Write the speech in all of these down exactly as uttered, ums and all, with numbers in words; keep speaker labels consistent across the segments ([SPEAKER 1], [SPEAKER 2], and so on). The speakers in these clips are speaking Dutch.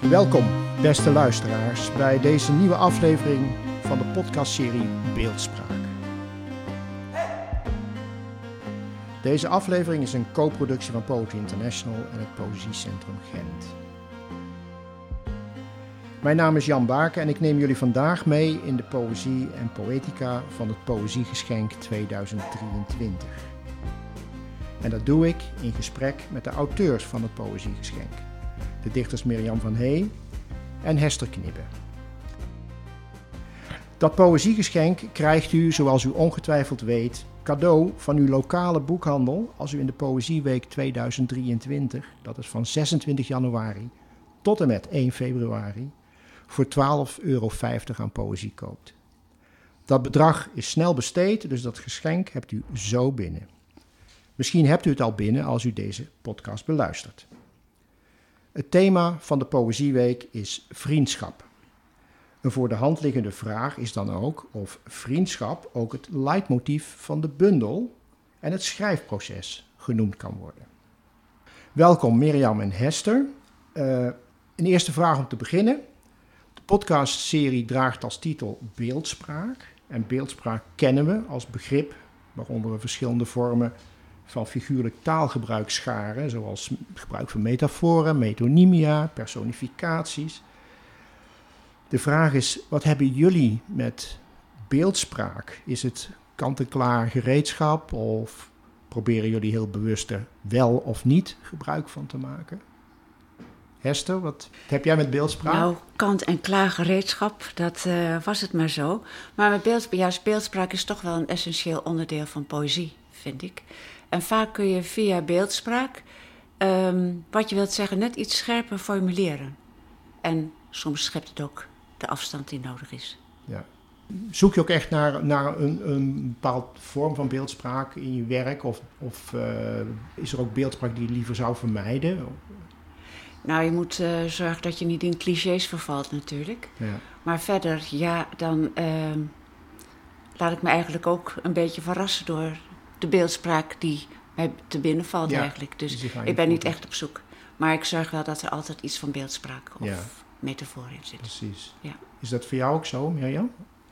[SPEAKER 1] Welkom, beste luisteraars, bij deze nieuwe aflevering van de podcastserie Beeldspraak. Deze aflevering is een co-productie van Poetry International en het Poëziecentrum Gent. Mijn naam is Jan Baken en ik neem jullie vandaag mee in de poëzie en poëtica van het Poëziegeschenk tweeduizend drieëntwintig. En dat doe ik in gesprek met de auteurs van het Poëziegeschenk. De dichters Mirjam van Hey en Hester Knibbe. Dat Poëziegeschenk krijgt u, zoals u ongetwijfeld weet, cadeau van uw lokale boekhandel als u in de Poëzieweek tweeduizend drieëntwintig, dat is van zesentwintig januari tot en met één februari, voor twaalf euro vijftig aan poëzie koopt. Dat bedrag is snel besteed, dus dat geschenk hebt u zo binnen. Misschien hebt u het al binnen als u deze podcast beluistert. Het thema van de Poëzieweek is vriendschap. Een voor de hand liggende vraag is dan ook of vriendschap ook het leidmotief van de bundel en het schrijfproces genoemd kan worden. Welkom Mirjam en Hester. Uh, een eerste vraag om te beginnen. De podcastserie draagt als titel Beeldspraak. En beeldspraak kennen we als begrip, waaronder we verschillende vormen van figuurlijk taalgebruik scharen, zoals gebruik van metaforen, metonymia, personificaties. De vraag is, wat hebben jullie met beeldspraak? Is het kant-en-klaar gereedschap of proberen jullie heel bewust er wel of niet gebruik van te maken? Hester, wat heb jij met beeldspraak?
[SPEAKER 2] Nou, kant-en-klaar gereedschap, dat uh, was het maar zo. Maar met beeld, juist beeldspraak is toch wel een essentieel onderdeel van poëzie, vind ik. En vaak kun je via beeldspraak, um, wat je wilt zeggen, net iets scherper formuleren. En soms schept het ook de afstand die nodig is.
[SPEAKER 1] Ja. Zoek je ook echt naar, naar een, een bepaald vorm van beeldspraak in je werk? Of, of uh, is er ook beeldspraak die je liever zou vermijden?
[SPEAKER 2] Nou, je moet uh, zorgen dat je niet in clichés vervalt natuurlijk. Ja. Maar verder, ja, dan uh, laat ik me eigenlijk ook een beetje verrassen door de beeldspraak die mij te binnen valt ja, eigenlijk. Dus ik ben niet echt op zoek. Maar ik zorg wel dat er altijd iets van beeldspraak of ja. metafoor in zit.
[SPEAKER 1] Precies.
[SPEAKER 2] Ja.
[SPEAKER 1] Is dat voor jou ook zo, Mirjam?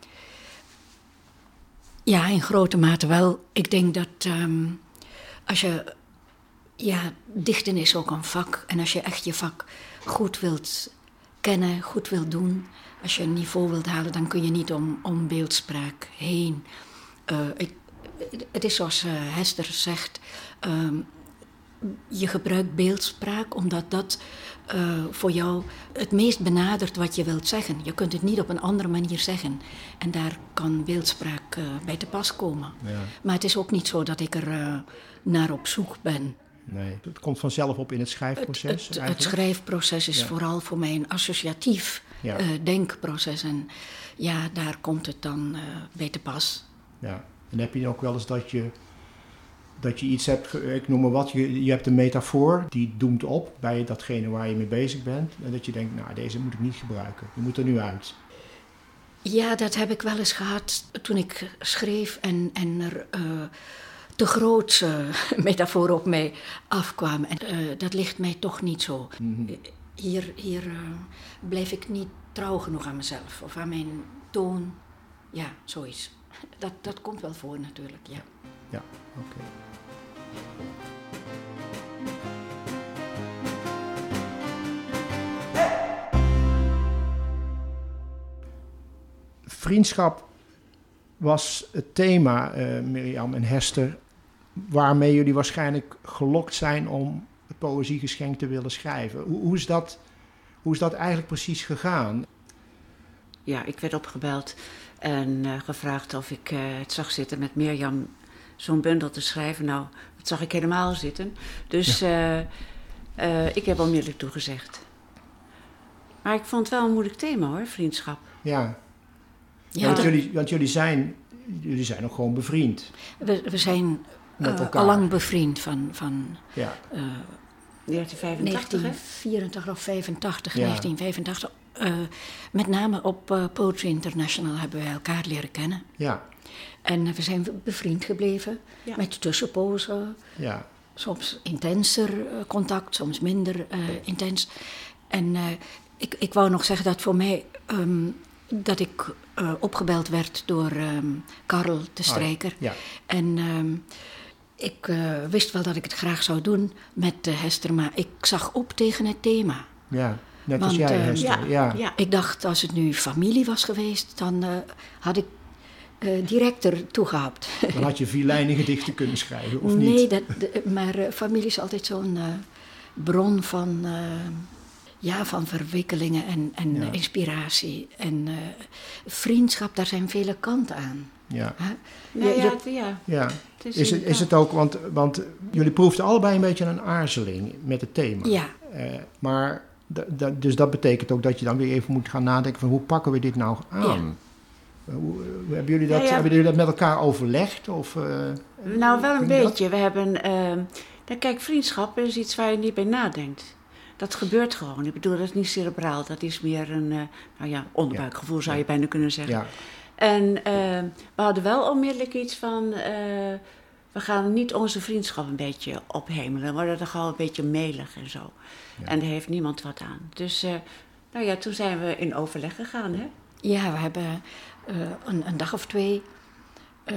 [SPEAKER 3] Ja, in grote mate wel. Ik denk dat um, als je... Ja, dichten is ook een vak. En als je echt je vak goed wilt kennen, goed wilt doen, als je een niveau wilt halen, dan kun je niet om, om beeldspraak heen. Uh, ik, het is zoals uh, Hester zegt, um, je gebruikt beeldspraak omdat dat uh, voor jou het meest benadert wat je wilt zeggen. Je kunt het niet op een andere manier zeggen. En daar kan beeldspraak uh, bij te pas komen. Ja. Maar het is ook niet zo dat ik er uh, naar op zoek ben.
[SPEAKER 1] Nee, het komt vanzelf op in het schrijfproces.
[SPEAKER 3] Het, het, het schrijfproces is ja. vooral voor mij een associatief ja. uh, denkproces. En ja, daar komt het dan uh, bij te pas.
[SPEAKER 1] Ja, en heb je ook wel eens dat je, dat je iets hebt, ik noem maar wat, je, je hebt een metafoor die doemt op bij datgene waar je mee bezig bent. En dat je denkt, nou deze moet ik niet gebruiken, die moet er nu uit.
[SPEAKER 3] Ja, dat heb ik wel eens gehad toen ik schreef en, en er... Uh, te grootse metaforen op mij afkwamen. En uh, dat ligt mij toch niet zo. Mm-hmm. Hier, hier uh, blijf ik niet trouw genoeg aan mezelf. Of aan mijn toon. Ja, zoiets. Dat, dat komt wel voor natuurlijk, ja.
[SPEAKER 1] Ja, oké. Okay. Vriendschap was het thema, uh, Mirjam en Hester, waarmee jullie waarschijnlijk gelokt zijn om het Poëziegeschenk te willen schrijven. Hoe, hoe, is dat, hoe is dat eigenlijk precies gegaan?
[SPEAKER 2] Ja, ik werd opgebeld en uh, gevraagd of ik uh, het zag zitten met Mirjam zo'n bundel te schrijven. Nou, dat zag ik helemaal zitten. Dus ja. uh, uh, ik heb onmiddellijk toegezegd. Maar ik vond het wel een moeilijk thema hoor, vriendschap.
[SPEAKER 1] Ja. Ja, want, jullie, want jullie, zijn, jullie zijn nog gewoon bevriend.
[SPEAKER 3] We, we zijn uh, al lang bevriend van, van
[SPEAKER 1] ja.
[SPEAKER 3] uh,
[SPEAKER 2] negentien vijfentachtig,
[SPEAKER 3] negentien vierentachtig of vijfentachtig, ja. negentien vijfentachtig. Uh, met name op uh, Poetry International hebben wij elkaar leren kennen.
[SPEAKER 1] Ja.
[SPEAKER 3] En uh, we zijn bevriend gebleven ja. met tussenpozen.
[SPEAKER 1] Ja.
[SPEAKER 3] Soms intenser uh, contact, soms minder uh, intens. En uh, ik, ik wou nog zeggen dat voor mij... Um, dat ik uh, opgebeld werd door um, Karel de Strijker. Oh,
[SPEAKER 1] ja.
[SPEAKER 3] En um, ik uh, wist wel dat ik het graag zou doen met uh, Hester, maar ik zag op tegen het thema.
[SPEAKER 1] Ja, net
[SPEAKER 3] Want,
[SPEAKER 1] als jij,
[SPEAKER 3] uh,
[SPEAKER 1] Hester.
[SPEAKER 3] Ja,
[SPEAKER 1] ja.
[SPEAKER 3] ja. Ik dacht, als het nu familie was geweest, dan uh, had ik uh, direct er toegehapt.
[SPEAKER 1] Dan had je vierlijnige gedichten kunnen schrijven, of
[SPEAKER 3] nee,
[SPEAKER 1] niet?
[SPEAKER 3] Dat, de, maar uh, familie is altijd zo'n uh, bron van... Uh, Ja, van verwikkelingen en, en ja. inspiratie. En uh, vriendschap, daar zijn vele kanten aan.
[SPEAKER 1] Ja.
[SPEAKER 3] Huh?
[SPEAKER 2] Nee, ja, ja, ja.
[SPEAKER 1] ja. Het is, is, het, is het ook, want, want jullie proefden allebei een beetje een aarzeling met het thema.
[SPEAKER 3] Ja.
[SPEAKER 1] Uh, maar, d- d- dus dat betekent ook dat je dan weer even moet gaan nadenken van hoe pakken we dit nou aan? Ja. Uh, hoe, hoe, hebben, jullie dat, ja, ja. hebben jullie dat met elkaar overlegd? Of, uh,
[SPEAKER 2] nou, wel een beetje. Dat? We hebben, uh, dan, kijk, vriendschap is iets waar je niet bij nadenkt. Dat gebeurt gewoon. Ik bedoel, dat is niet cerebraal. Dat is meer een uh, nou ja, onderbuikgevoel, zou je bijna kunnen zeggen. Ja. En uh, we hadden wel onmiddellijk iets van... Uh, we gaan niet onze vriendschap een beetje ophemelen. We worden er gewoon een beetje melig en zo. Ja. En daar heeft niemand wat aan. Dus uh, nou ja, toen zijn we in overleg gegaan, hè?
[SPEAKER 3] Ja, we hebben uh, een, een dag of twee uh,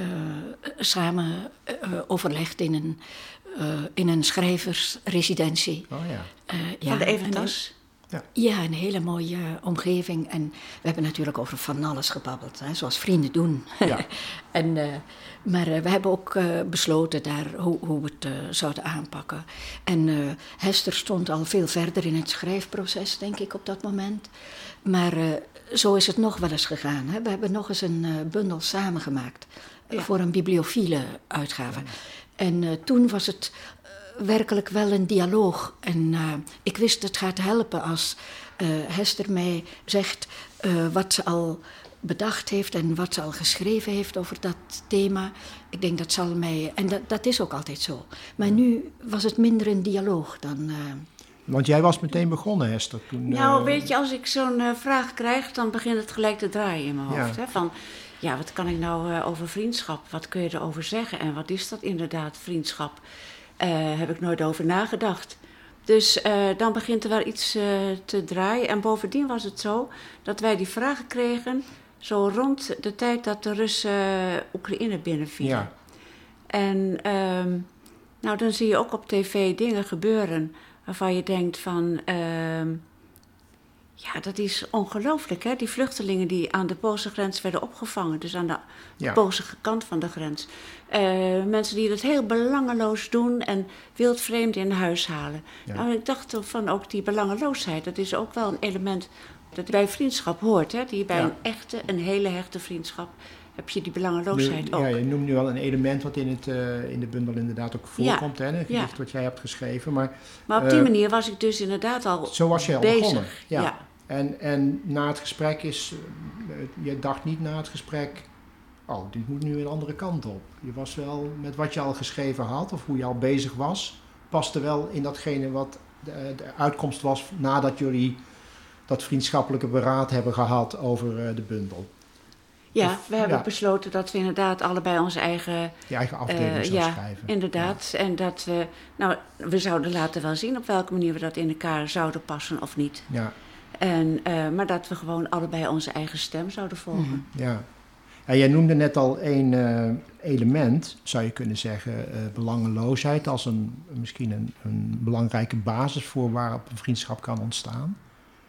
[SPEAKER 3] samen uh, overlegd in een... Uh, in een schrijversresidentie.
[SPEAKER 1] Oh ja.
[SPEAKER 3] Uh, ja
[SPEAKER 2] Van de Eventas?
[SPEAKER 3] Ja. ja, een hele mooie omgeving. En we hebben natuurlijk over van alles gebabbeld, hè, zoals vrienden doen. Ja. en, uh, maar uh, we hebben ook uh, besloten daar hoe, hoe we het uh, zouden aanpakken. En uh, Hester stond al veel verder in het schrijfproces, denk ik, op dat moment. Maar uh, zo is het nog wel eens gegaan. Hè. We hebben nog eens een uh, bundel samengemaakt ja. voor een bibliofiele uitgave. Ja. En uh, toen was het uh, werkelijk wel een dialoog. En uh, ik wist het gaat helpen als uh, Hester mij zegt uh, wat ze al bedacht heeft en wat ze al geschreven heeft over dat thema. Ik denk dat zal mij... En dat, dat is ook altijd zo. Maar nu was het minder een dialoog dan... Uh,
[SPEAKER 1] Want jij was meteen begonnen, Hester. Toen,
[SPEAKER 2] nou,
[SPEAKER 1] uh...
[SPEAKER 2] weet je, als ik zo'n uh, vraag krijg, dan begint het gelijk te draaien in mijn hoofd. Ja. Hè, van... Ja, wat kan ik nou uh, over vriendschap? Wat kun je erover zeggen? En wat is dat inderdaad, vriendschap? Uh, heb ik nooit over nagedacht. Dus uh, dan begint er wel iets uh, te draaien. En bovendien was het zo dat wij die vragen kregen... zo rond de tijd dat de Russen uh, Oekraïne binnenvielen. Ja. En uh, nou, dan zie je ook op tv dingen gebeuren... waarvan je denkt van... Uh, Ja, dat is ongelooflijk, hè? Die vluchtelingen die aan de Poolse grens werden opgevangen. Dus aan de ja. Poolse kant van de grens. Uh, mensen die dat heel belangeloos doen en wildvreemden in huis halen. Ja. Nou, ik dacht van ook die belangeloosheid. Dat is ook wel een element dat bij vriendschap hoort, hè? Die bij ja. een echte, een hele hechte vriendschap... heb je die belangeloosheid
[SPEAKER 1] nu,
[SPEAKER 2] ook.
[SPEAKER 1] Ja, je noemt nu wel een element wat in, het, uh, in de bundel inderdaad ook voorkomt. Ja. Hè? Een gedicht ja. wat jij hebt geschreven. Maar,
[SPEAKER 2] maar op die uh, manier was ik dus inderdaad al
[SPEAKER 1] zo was je al
[SPEAKER 2] bezig.
[SPEAKER 1] begonnen. Ja.
[SPEAKER 2] ja.
[SPEAKER 1] En, en na het gesprek is, je dacht niet na het gesprek, oh, dit moet nu een andere kant op. Je was wel, met wat je al geschreven had, of hoe je al bezig was, paste wel in datgene wat de, de uitkomst was nadat jullie dat vriendschappelijke beraad hebben gehad over uh, de bundel.
[SPEAKER 2] Ja,
[SPEAKER 1] of,
[SPEAKER 2] we hebben
[SPEAKER 1] ja.
[SPEAKER 2] besloten dat we inderdaad allebei onze eigen...
[SPEAKER 1] Je eigen afdeling uh, zou
[SPEAKER 2] ja,
[SPEAKER 1] schrijven.
[SPEAKER 2] Inderdaad. Ja. En dat we, nou, we zouden laten wel zien op welke manier we dat in elkaar zouden passen of niet.
[SPEAKER 1] Ja.
[SPEAKER 2] En, uh, maar dat we gewoon allebei onze eigen stem zouden volgen.
[SPEAKER 1] Mm-hmm. Ja. Ja, jij noemde net al één uh, element, zou je kunnen zeggen, uh, belangeloosheid als een, misschien een, een belangrijke basis voor waarop een vriendschap kan ontstaan.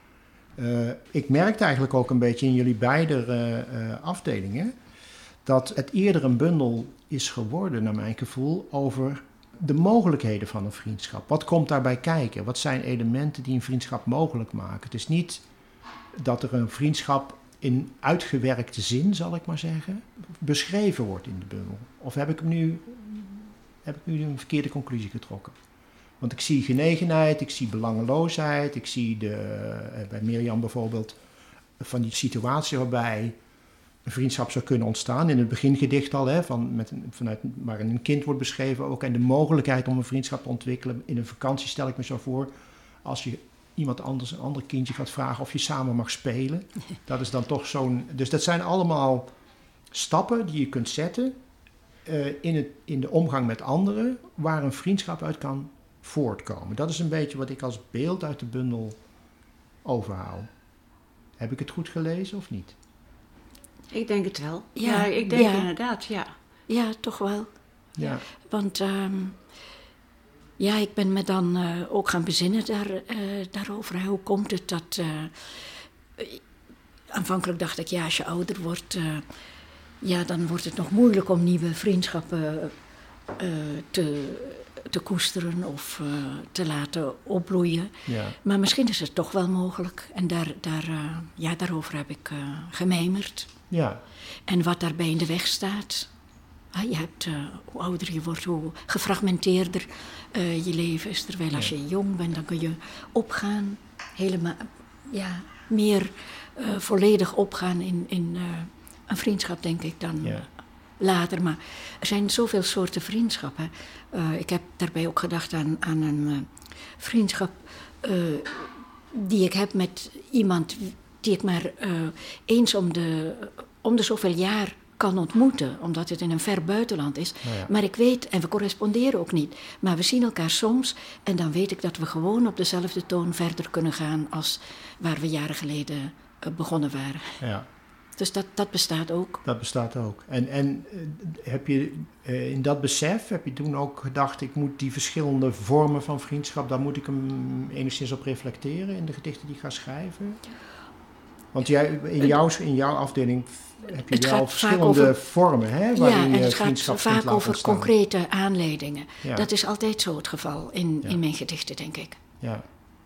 [SPEAKER 1] Uh, ik merkte eigenlijk ook een beetje in jullie beide uh, uh, afdelingen dat het eerder een bundel is geworden, naar mijn gevoel, over de mogelijkheden van een vriendschap. Wat komt daarbij kijken? Wat zijn elementen die een vriendschap mogelijk maken? Het is niet dat er een vriendschap in uitgewerkte zin, zal ik maar zeggen, beschreven wordt in de bundel. Of heb ik nu, heb ik nu een verkeerde conclusie getrokken? Want ik zie genegenheid, ik zie belangeloosheid, ik zie de, bij Mirjam bijvoorbeeld van die situatie waarbij een vriendschap zou kunnen ontstaan. In het begingedicht al, hè, van met een, vanuit, waarin een kind wordt beschreven ook. En de mogelijkheid om een vriendschap te ontwikkelen. In een vakantie stel ik me zo voor, als je iemand anders, een ander kindje gaat vragen of je samen mag spelen. Dat is dan toch zo'n... Dus dat zijn allemaal stappen die je kunt zetten uh, in, het, in de omgang met anderen, waar een vriendschap uit kan voortkomen. Dat is een beetje wat ik als beeld uit de bundel overhaal. Heb ik het goed gelezen of niet?
[SPEAKER 2] Ik denk het wel.
[SPEAKER 3] Ja,
[SPEAKER 2] ja ik denk
[SPEAKER 3] ja.
[SPEAKER 2] inderdaad, ja.
[SPEAKER 3] Ja, toch wel.
[SPEAKER 1] Ja.
[SPEAKER 3] Want um, ja, ik ben me dan uh, ook gaan bezinnen daar, uh, daarover. Hoe komt het dat... Uh, aanvankelijk dacht ik, ja, als je ouder wordt... Uh, ja, dan wordt het nog moeilijk om nieuwe vriendschappen uh, te, te koesteren of uh, te laten opbloeien.
[SPEAKER 1] Ja.
[SPEAKER 3] Maar misschien is het toch wel mogelijk. En daar, daar, uh, ja, daarover heb ik uh, gemijmerd.
[SPEAKER 1] Ja.
[SPEAKER 3] En wat daarbij in de weg staat... Ah, je hebt, uh, hoe ouder je wordt, hoe gefragmenteerder uh, je leven is. Terwijl als je jong bent, dan kun je opgaan. Helemaal, ja, meer uh, volledig opgaan in, in uh, een vriendschap, denk ik, dan ja. later. Maar er zijn zoveel soorten vriendschappen. Uh, ik heb daarbij ook gedacht aan, aan een uh, vriendschap uh, die ik heb met iemand die ik maar uh, eens om de, om de zoveel jaar kan ontmoeten, omdat het in een ver buitenland is. Oh ja. Maar ik weet, en we corresponderen ook niet, maar we zien elkaar soms en dan weet ik dat we gewoon op dezelfde toon verder kunnen gaan als waar we jaren geleden uh, begonnen waren.
[SPEAKER 1] Ja.
[SPEAKER 3] Dus dat, dat bestaat ook.
[SPEAKER 1] Dat bestaat ook. En, en heb je uh, in dat besef, heb je toen ook gedacht, ik moet die verschillende vormen van vriendschap, daar moet ik hem enigszins op reflecteren in de gedichten die ik ga schrijven? Want jij, in, jouw, in jouw afdeling heb je
[SPEAKER 3] het
[SPEAKER 1] wel
[SPEAKER 3] gaat
[SPEAKER 1] verschillende
[SPEAKER 3] over,
[SPEAKER 1] vormen, hè,
[SPEAKER 3] ja,
[SPEAKER 1] waarin
[SPEAKER 3] en
[SPEAKER 1] je
[SPEAKER 3] het
[SPEAKER 1] vriendschap
[SPEAKER 3] gaat vaak over
[SPEAKER 1] ontstaan.
[SPEAKER 3] concrete aanleidingen.
[SPEAKER 1] Ja.
[SPEAKER 3] Dat is altijd zo het geval in,
[SPEAKER 1] ja.
[SPEAKER 3] in mijn gedichten, denk ik.
[SPEAKER 1] Ja.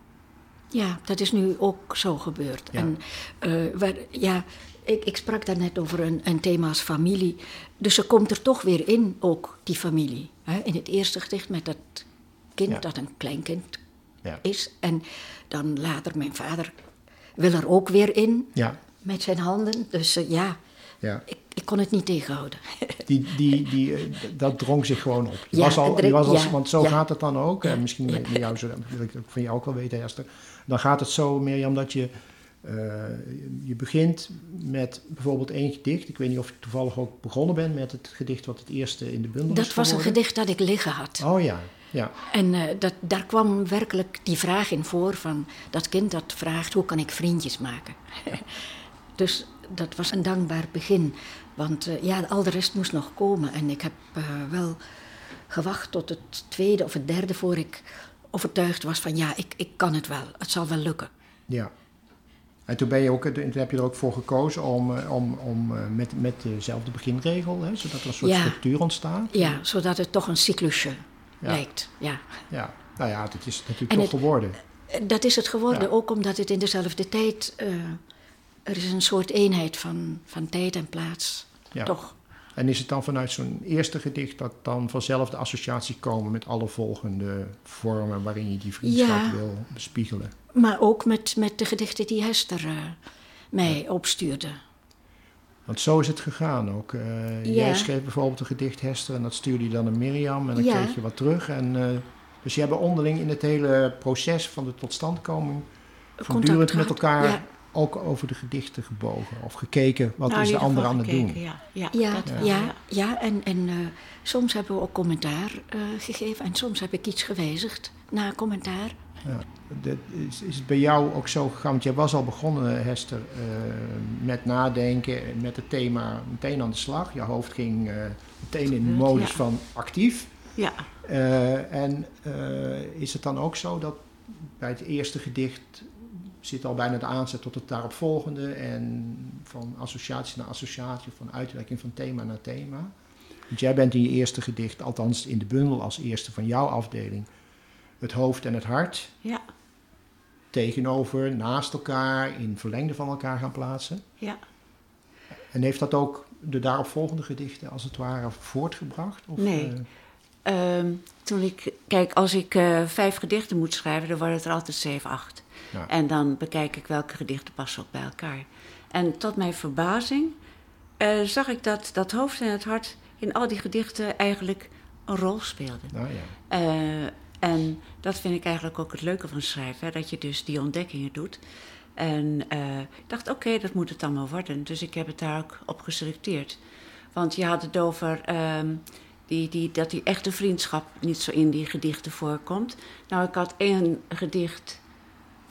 [SPEAKER 3] Ja, dat is nu ook zo gebeurd.
[SPEAKER 1] Ja.
[SPEAKER 3] En uh, waar, ja, ik, ik sprak daarnet over een, een thema als familie. Dus er komt er toch weer in, ook die familie. Hè? In het eerste gedicht met dat kind ja. dat een kleinkind ja. is. En dan later mijn vader wil er ook weer in, ja. met zijn handen. Dus uh, ja, ja. Ik, ik kon het niet tegenhouden.
[SPEAKER 1] Die, die, die, uh, dat drong zich gewoon op. Je
[SPEAKER 3] ja,
[SPEAKER 1] was al, je was al,
[SPEAKER 3] ja,
[SPEAKER 1] want zo
[SPEAKER 3] ja.
[SPEAKER 1] gaat het dan ook. En misschien ja. met jou, zo, dat wil ik van jou ook wel weten, Esther. Dan gaat het zo, Mirjam, dat je... Uh, je begint met bijvoorbeeld één gedicht. Ik weet niet of je toevallig ook begonnen bent met het gedicht wat het eerste in de bundel
[SPEAKER 3] dat
[SPEAKER 1] is
[SPEAKER 3] was
[SPEAKER 1] geworden.
[SPEAKER 3] Een gedicht dat ik liggen had.
[SPEAKER 1] Oh ja, ja.
[SPEAKER 3] En uh, dat, daar kwam werkelijk die vraag in voor van dat kind dat vraagt, hoe kan ik vriendjes maken? Dus dat was een dankbaar begin. Want uh, ja, al de rest moest nog komen. En ik heb uh, wel gewacht tot het tweede of het derde voor ik overtuigd was van ja, ik, ik kan het wel. Het zal wel lukken.
[SPEAKER 1] Ja. En toen, ben je ook, toen heb je er ook voor gekozen om, om, om met, met dezelfde beginregel, hè, zodat er een soort ja. structuur ontstaat.
[SPEAKER 3] Ja, zodat het toch een cyclusje ja. lijkt. Ja.
[SPEAKER 1] Ja, nou ja, dat is natuurlijk
[SPEAKER 3] en
[SPEAKER 1] toch
[SPEAKER 3] het,
[SPEAKER 1] geworden.
[SPEAKER 3] Dat is het geworden, ja. ook omdat het in dezelfde tijd... Uh, er is een soort eenheid van, van tijd en plaats, ja. toch?
[SPEAKER 1] En is het dan vanuit zo'n eerste gedicht dat dan vanzelf de associaties komen met alle volgende vormen waarin je die vriendschap ja. wil bespiegelen?
[SPEAKER 3] Maar ook met, met de gedichten die Hester uh, mij ja. opstuurde.
[SPEAKER 1] Want zo is het gegaan ook. Uh, ja. Jij schreef bijvoorbeeld een gedicht, Hester, en dat stuurde je dan naar Mirjam en dan ja. kreeg je wat terug. En, uh, dus je hebt onderling in het hele proces van de totstandkoming voortdurend met elkaar... Ja. ook over de gedichten gebogen of gekeken, wat nou, is de ander aan het doen?
[SPEAKER 3] Ja, ja, ja, dat, ja. ja, ja en, en uh, soms hebben we ook commentaar uh, gegeven en soms heb ik iets gewijzigd na commentaar.
[SPEAKER 1] Ja, dat is, is het bij jou ook zo gegaan, want jij was al begonnen, Hester, uh, met nadenken en met het thema meteen aan de slag. Je hoofd ging uh, meteen in de modus ja. van actief.
[SPEAKER 2] Ja.
[SPEAKER 1] Uh, en uh, is het dan ook zo dat bij het eerste gedicht zit al bijna de aanzet tot het daaropvolgende en van associatie naar associatie, van uitwerking van thema naar thema. Want jij bent in je eerste gedicht, althans in de bundel als eerste van jouw afdeling, het hoofd en het hart
[SPEAKER 2] ja.
[SPEAKER 1] tegenover, naast elkaar, in verlengde van elkaar gaan plaatsen.
[SPEAKER 2] Ja.
[SPEAKER 1] En heeft dat ook de daaropvolgende gedichten als het ware voortgebracht? Of,
[SPEAKER 2] nee. Uh... Um, toen ik, kijk, als ik uh, vijf gedichten moet schrijven, dan worden het er altijd zeven, acht. Ja. En dan bekijk ik welke gedichten passen ook bij elkaar. En tot mijn verbazing uh, zag ik dat dat hoofd en het hart in al die gedichten eigenlijk een rol speelden.
[SPEAKER 1] Oh ja.
[SPEAKER 2] uh, en dat vind ik eigenlijk ook het leuke van schrijven, hè, dat je dus die ontdekkingen doet. En uh, ik dacht, oké, okay, dat moet het allemaal worden. Dus ik heb het daar ook op geselecteerd. Want je had het over... Um, Die, die, dat die echte vriendschap niet zo in die gedichten voorkomt. Nou, ik had één gedicht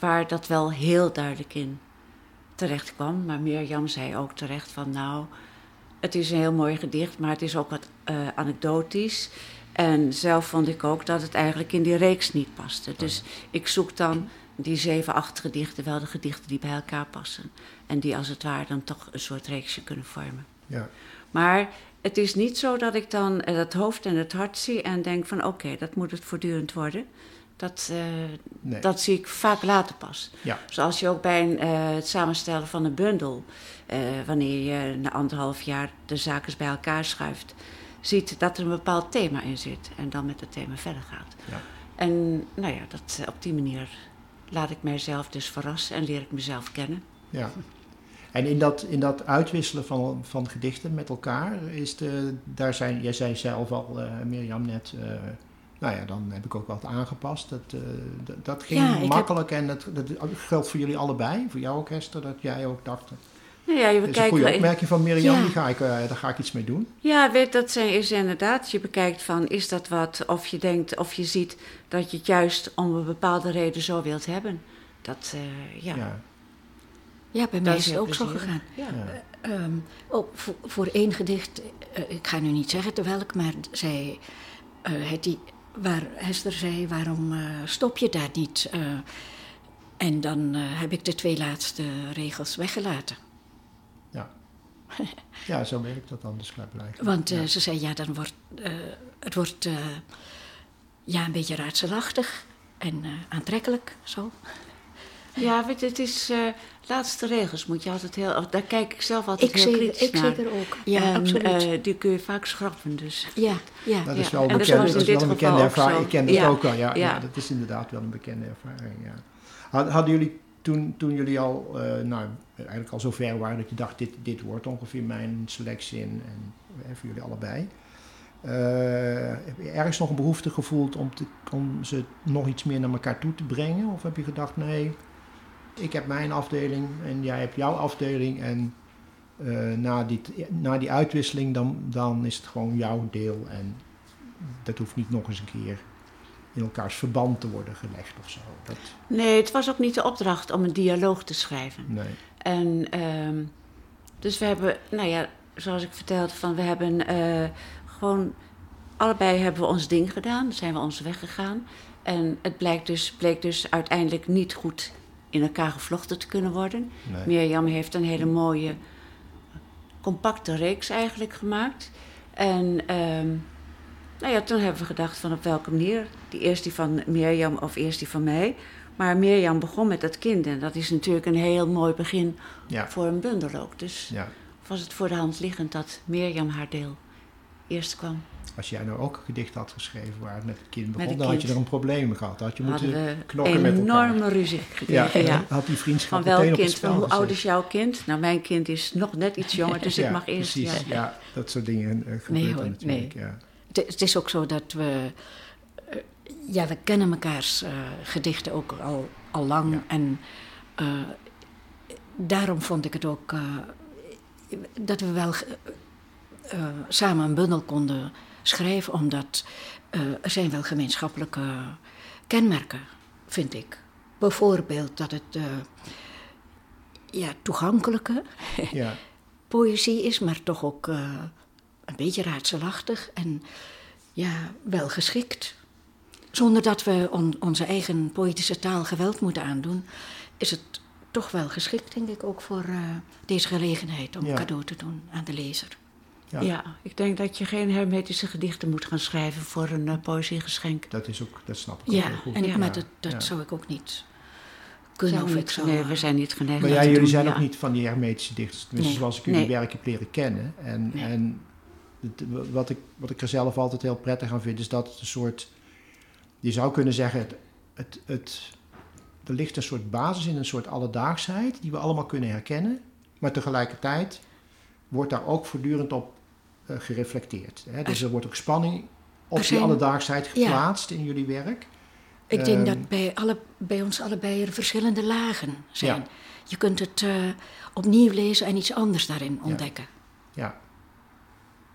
[SPEAKER 2] waar dat wel heel duidelijk in terecht kwam. Maar Mirjam zei ook terecht van nou, het is een heel mooi gedicht, maar het is ook wat uh, anekdotisch. En zelf vond ik ook dat het eigenlijk in die reeks niet paste. Dus ik zoek dan die zeven, acht gedichten, wel de gedichten die bij elkaar passen. En die als het ware dan toch een soort reeksje kunnen vormen.
[SPEAKER 1] Ja.
[SPEAKER 2] Maar het is niet zo dat ik dan uh, het hoofd en het hart zie en denk van oké, okay, dat moet het voortdurend worden. Dat, uh, nee. dat zie ik vaak later pas.
[SPEAKER 1] Ja.
[SPEAKER 2] Zoals je ook bij een, uh, het samenstellen van een bundel, uh, wanneer je na anderhalf jaar de zaken bij elkaar schuift, ziet dat er een bepaald thema in zit en dan met het thema verder gaat.
[SPEAKER 1] Ja.
[SPEAKER 2] En nou ja, dat, op die manier laat ik mijzelf dus verrassen en leer ik mezelf kennen.
[SPEAKER 1] Ja. En in dat, in dat uitwisselen van, van gedichten met elkaar, is de, daar zijn, jij zei zelf al, uh, Mirjam net, uh, nou ja, dan heb ik ook wat aangepast. Dat, uh, dat, dat ging ja, makkelijk heb... en dat, dat geldt voor jullie allebei, voor jou ook Esther, dat jij ook dacht...
[SPEAKER 2] Nou ja, je
[SPEAKER 1] dat is een goede opmerking van Mirjam, ja. die ga ik, uh, daar ga ik iets mee doen.
[SPEAKER 2] Ja, weet, dat zijn, is inderdaad, je bekijkt van, is dat wat, of je denkt, of je ziet dat je het juist om een bepaalde reden zo wilt hebben. Dat, uh, ja...
[SPEAKER 3] ja. Ja, bij mij is het ook plezier. Zo gegaan. Ja. Ja. Uh, um, oh, voor, voor één gedicht, uh, ik ga nu niet zeggen te welk, maar zij, uh, het die, waar Hester zei, waarom uh, stop je daar niet? Uh, en dan uh, heb ik de twee laatste regels weggelaten.
[SPEAKER 1] Ja, ja zo werkt dat dan dus blijkbaar.
[SPEAKER 3] Want uh,
[SPEAKER 1] ja.
[SPEAKER 3] ze zei, ja, dan wordt uh, het wordt uh, ja, een beetje raadselachtig en uh, aantrekkelijk, zo.
[SPEAKER 2] Ja, weet je, het is... Uh, laatste regels moet je altijd heel... Daar kijk ik zelf altijd ik heel zeker, kritisch
[SPEAKER 3] ik
[SPEAKER 2] naar.
[SPEAKER 3] Ik zeker ook, ja,
[SPEAKER 2] en,
[SPEAKER 3] absoluut.
[SPEAKER 2] Uh, die kun je vaak schrappen, dus...
[SPEAKER 3] Ja, ja.
[SPEAKER 1] Dat is
[SPEAKER 2] ja.
[SPEAKER 1] wel,
[SPEAKER 2] En
[SPEAKER 1] bekend,
[SPEAKER 2] dat
[SPEAKER 1] dat is wel een bekende ervaring. Ik ken dat
[SPEAKER 2] ja.
[SPEAKER 1] ook al, ja,
[SPEAKER 2] ja.
[SPEAKER 1] ja. Dat is inderdaad wel een bekende ervaring, ja. Hadden jullie toen, toen jullie al, uh, nou, eigenlijk al zo ver waren dat je dacht, dit, dit wordt ongeveer mijn selectie en, en voor jullie allebei... Uh, heb je ergens nog een behoefte gevoeld om, te, om ze nog iets meer naar elkaar toe te brengen? Of heb je gedacht, nee, ik heb mijn afdeling en jij hebt jouw afdeling en uh, na, die, na die uitwisseling dan, dan is het gewoon jouw deel en dat hoeft niet nog eens een keer in elkaars verband te worden gelegd of zo? Dat...
[SPEAKER 2] Nee, het was ook niet de opdracht om een dialoog te schrijven.
[SPEAKER 1] Nee.
[SPEAKER 2] En um, dus we hebben, nou ja, zoals ik vertelde, van we hebben... Uh, Gewoon, allebei hebben we ons ding gedaan, zijn we ons weg gegaan. En het blijkt dus, bleek dus uiteindelijk niet goed in elkaar gevlochten te kunnen worden. Nee. Mirjam heeft een hele mooie, compacte reeks eigenlijk gemaakt. En um, nou ja, toen hebben we gedacht van op welke manier. Die eerst die van Mirjam of eerst die van mij. Maar Mirjam begon met dat kind en dat is natuurlijk een heel mooi begin ja. voor een bundel ook. Dus ja. was het voor de hand liggend dat Mirjam haar deel eerst kwam.
[SPEAKER 1] Als jij nou ook een gedicht had geschreven waar het met het kind begon,
[SPEAKER 2] het
[SPEAKER 1] dan
[SPEAKER 2] kind.
[SPEAKER 1] had je er een probleem gehad. Had je
[SPEAKER 2] Hadden
[SPEAKER 1] moeten knokken met elkaar.
[SPEAKER 2] Een enorme ruzie gekregen.
[SPEAKER 1] Ja,
[SPEAKER 2] ja.
[SPEAKER 1] Had die vriendschap
[SPEAKER 2] van welk
[SPEAKER 1] meteen
[SPEAKER 2] kind,
[SPEAKER 1] op het spel
[SPEAKER 2] van hoe
[SPEAKER 1] gezet.
[SPEAKER 2] oud is jouw kind? Nou, mijn kind is nog net iets jonger, dus
[SPEAKER 1] ja,
[SPEAKER 2] ik mag eerst...
[SPEAKER 1] Precies, ja. ja, dat soort dingen uh, gebeuren
[SPEAKER 3] nee, hoor,
[SPEAKER 1] natuurlijk.
[SPEAKER 3] Nee.
[SPEAKER 1] Ja.
[SPEAKER 3] Het, het is ook zo dat we... Uh, ja, we kennen mekaars uh, gedichten ook al, al lang. Ja. En uh, daarom vond ik het ook... Uh, dat we wel uh, samen een bundel konden schrijven, omdat uh, er zijn wel gemeenschappelijke kenmerken, vind ik. Bijvoorbeeld dat het uh, ja, toegankelijke ja. poëzie is, maar toch ook uh, een beetje raadselachtig en ja, wel geschikt. Zonder dat we on, onze eigen poëtische taal geweld moeten aandoen, is het toch wel geschikt, denk ik, ook voor uh, deze gelegenheid om ja. cadeau te doen aan de lezer.
[SPEAKER 2] Ja. ja, ik denk dat je geen hermetische gedichten moet gaan schrijven voor een uh, poëziegeschenk.
[SPEAKER 1] Dat is ook, dat snap ik
[SPEAKER 3] ja,
[SPEAKER 1] ook heel goed.
[SPEAKER 3] En,
[SPEAKER 1] ja,
[SPEAKER 3] maar dat, dat ja. zou ik ook niet kunnen.
[SPEAKER 2] Zou
[SPEAKER 3] of
[SPEAKER 2] niet,
[SPEAKER 3] ik zou,
[SPEAKER 2] nee, we zijn niet geneigd.
[SPEAKER 1] Maar ja, jullie
[SPEAKER 2] doen,
[SPEAKER 1] zijn
[SPEAKER 2] ja.
[SPEAKER 1] ook niet van die hermetische dichters. Tenminste,
[SPEAKER 3] nee.
[SPEAKER 1] zoals ik jullie
[SPEAKER 2] nee.
[SPEAKER 1] werk heb leren kennen. En,
[SPEAKER 3] nee.
[SPEAKER 1] en het, wat, ik, wat ik er zelf altijd heel prettig aan vind, is dat het een soort... Je zou kunnen zeggen, het, het, het, er ligt een soort basis in, een soort alledaagsheid, die we allemaal kunnen herkennen. Maar tegelijkertijd wordt daar ook voortdurend op uh, gereflecteerd. Hè? Dus er wordt ook spanning op die zijn, alledaagsheid geplaatst ja. in jullie werk.
[SPEAKER 3] Ik um, denk dat bij, alle, bij ons allebei er verschillende lagen zijn. Ja. Je kunt het uh, opnieuw lezen en iets anders daarin ontdekken.
[SPEAKER 1] Ja.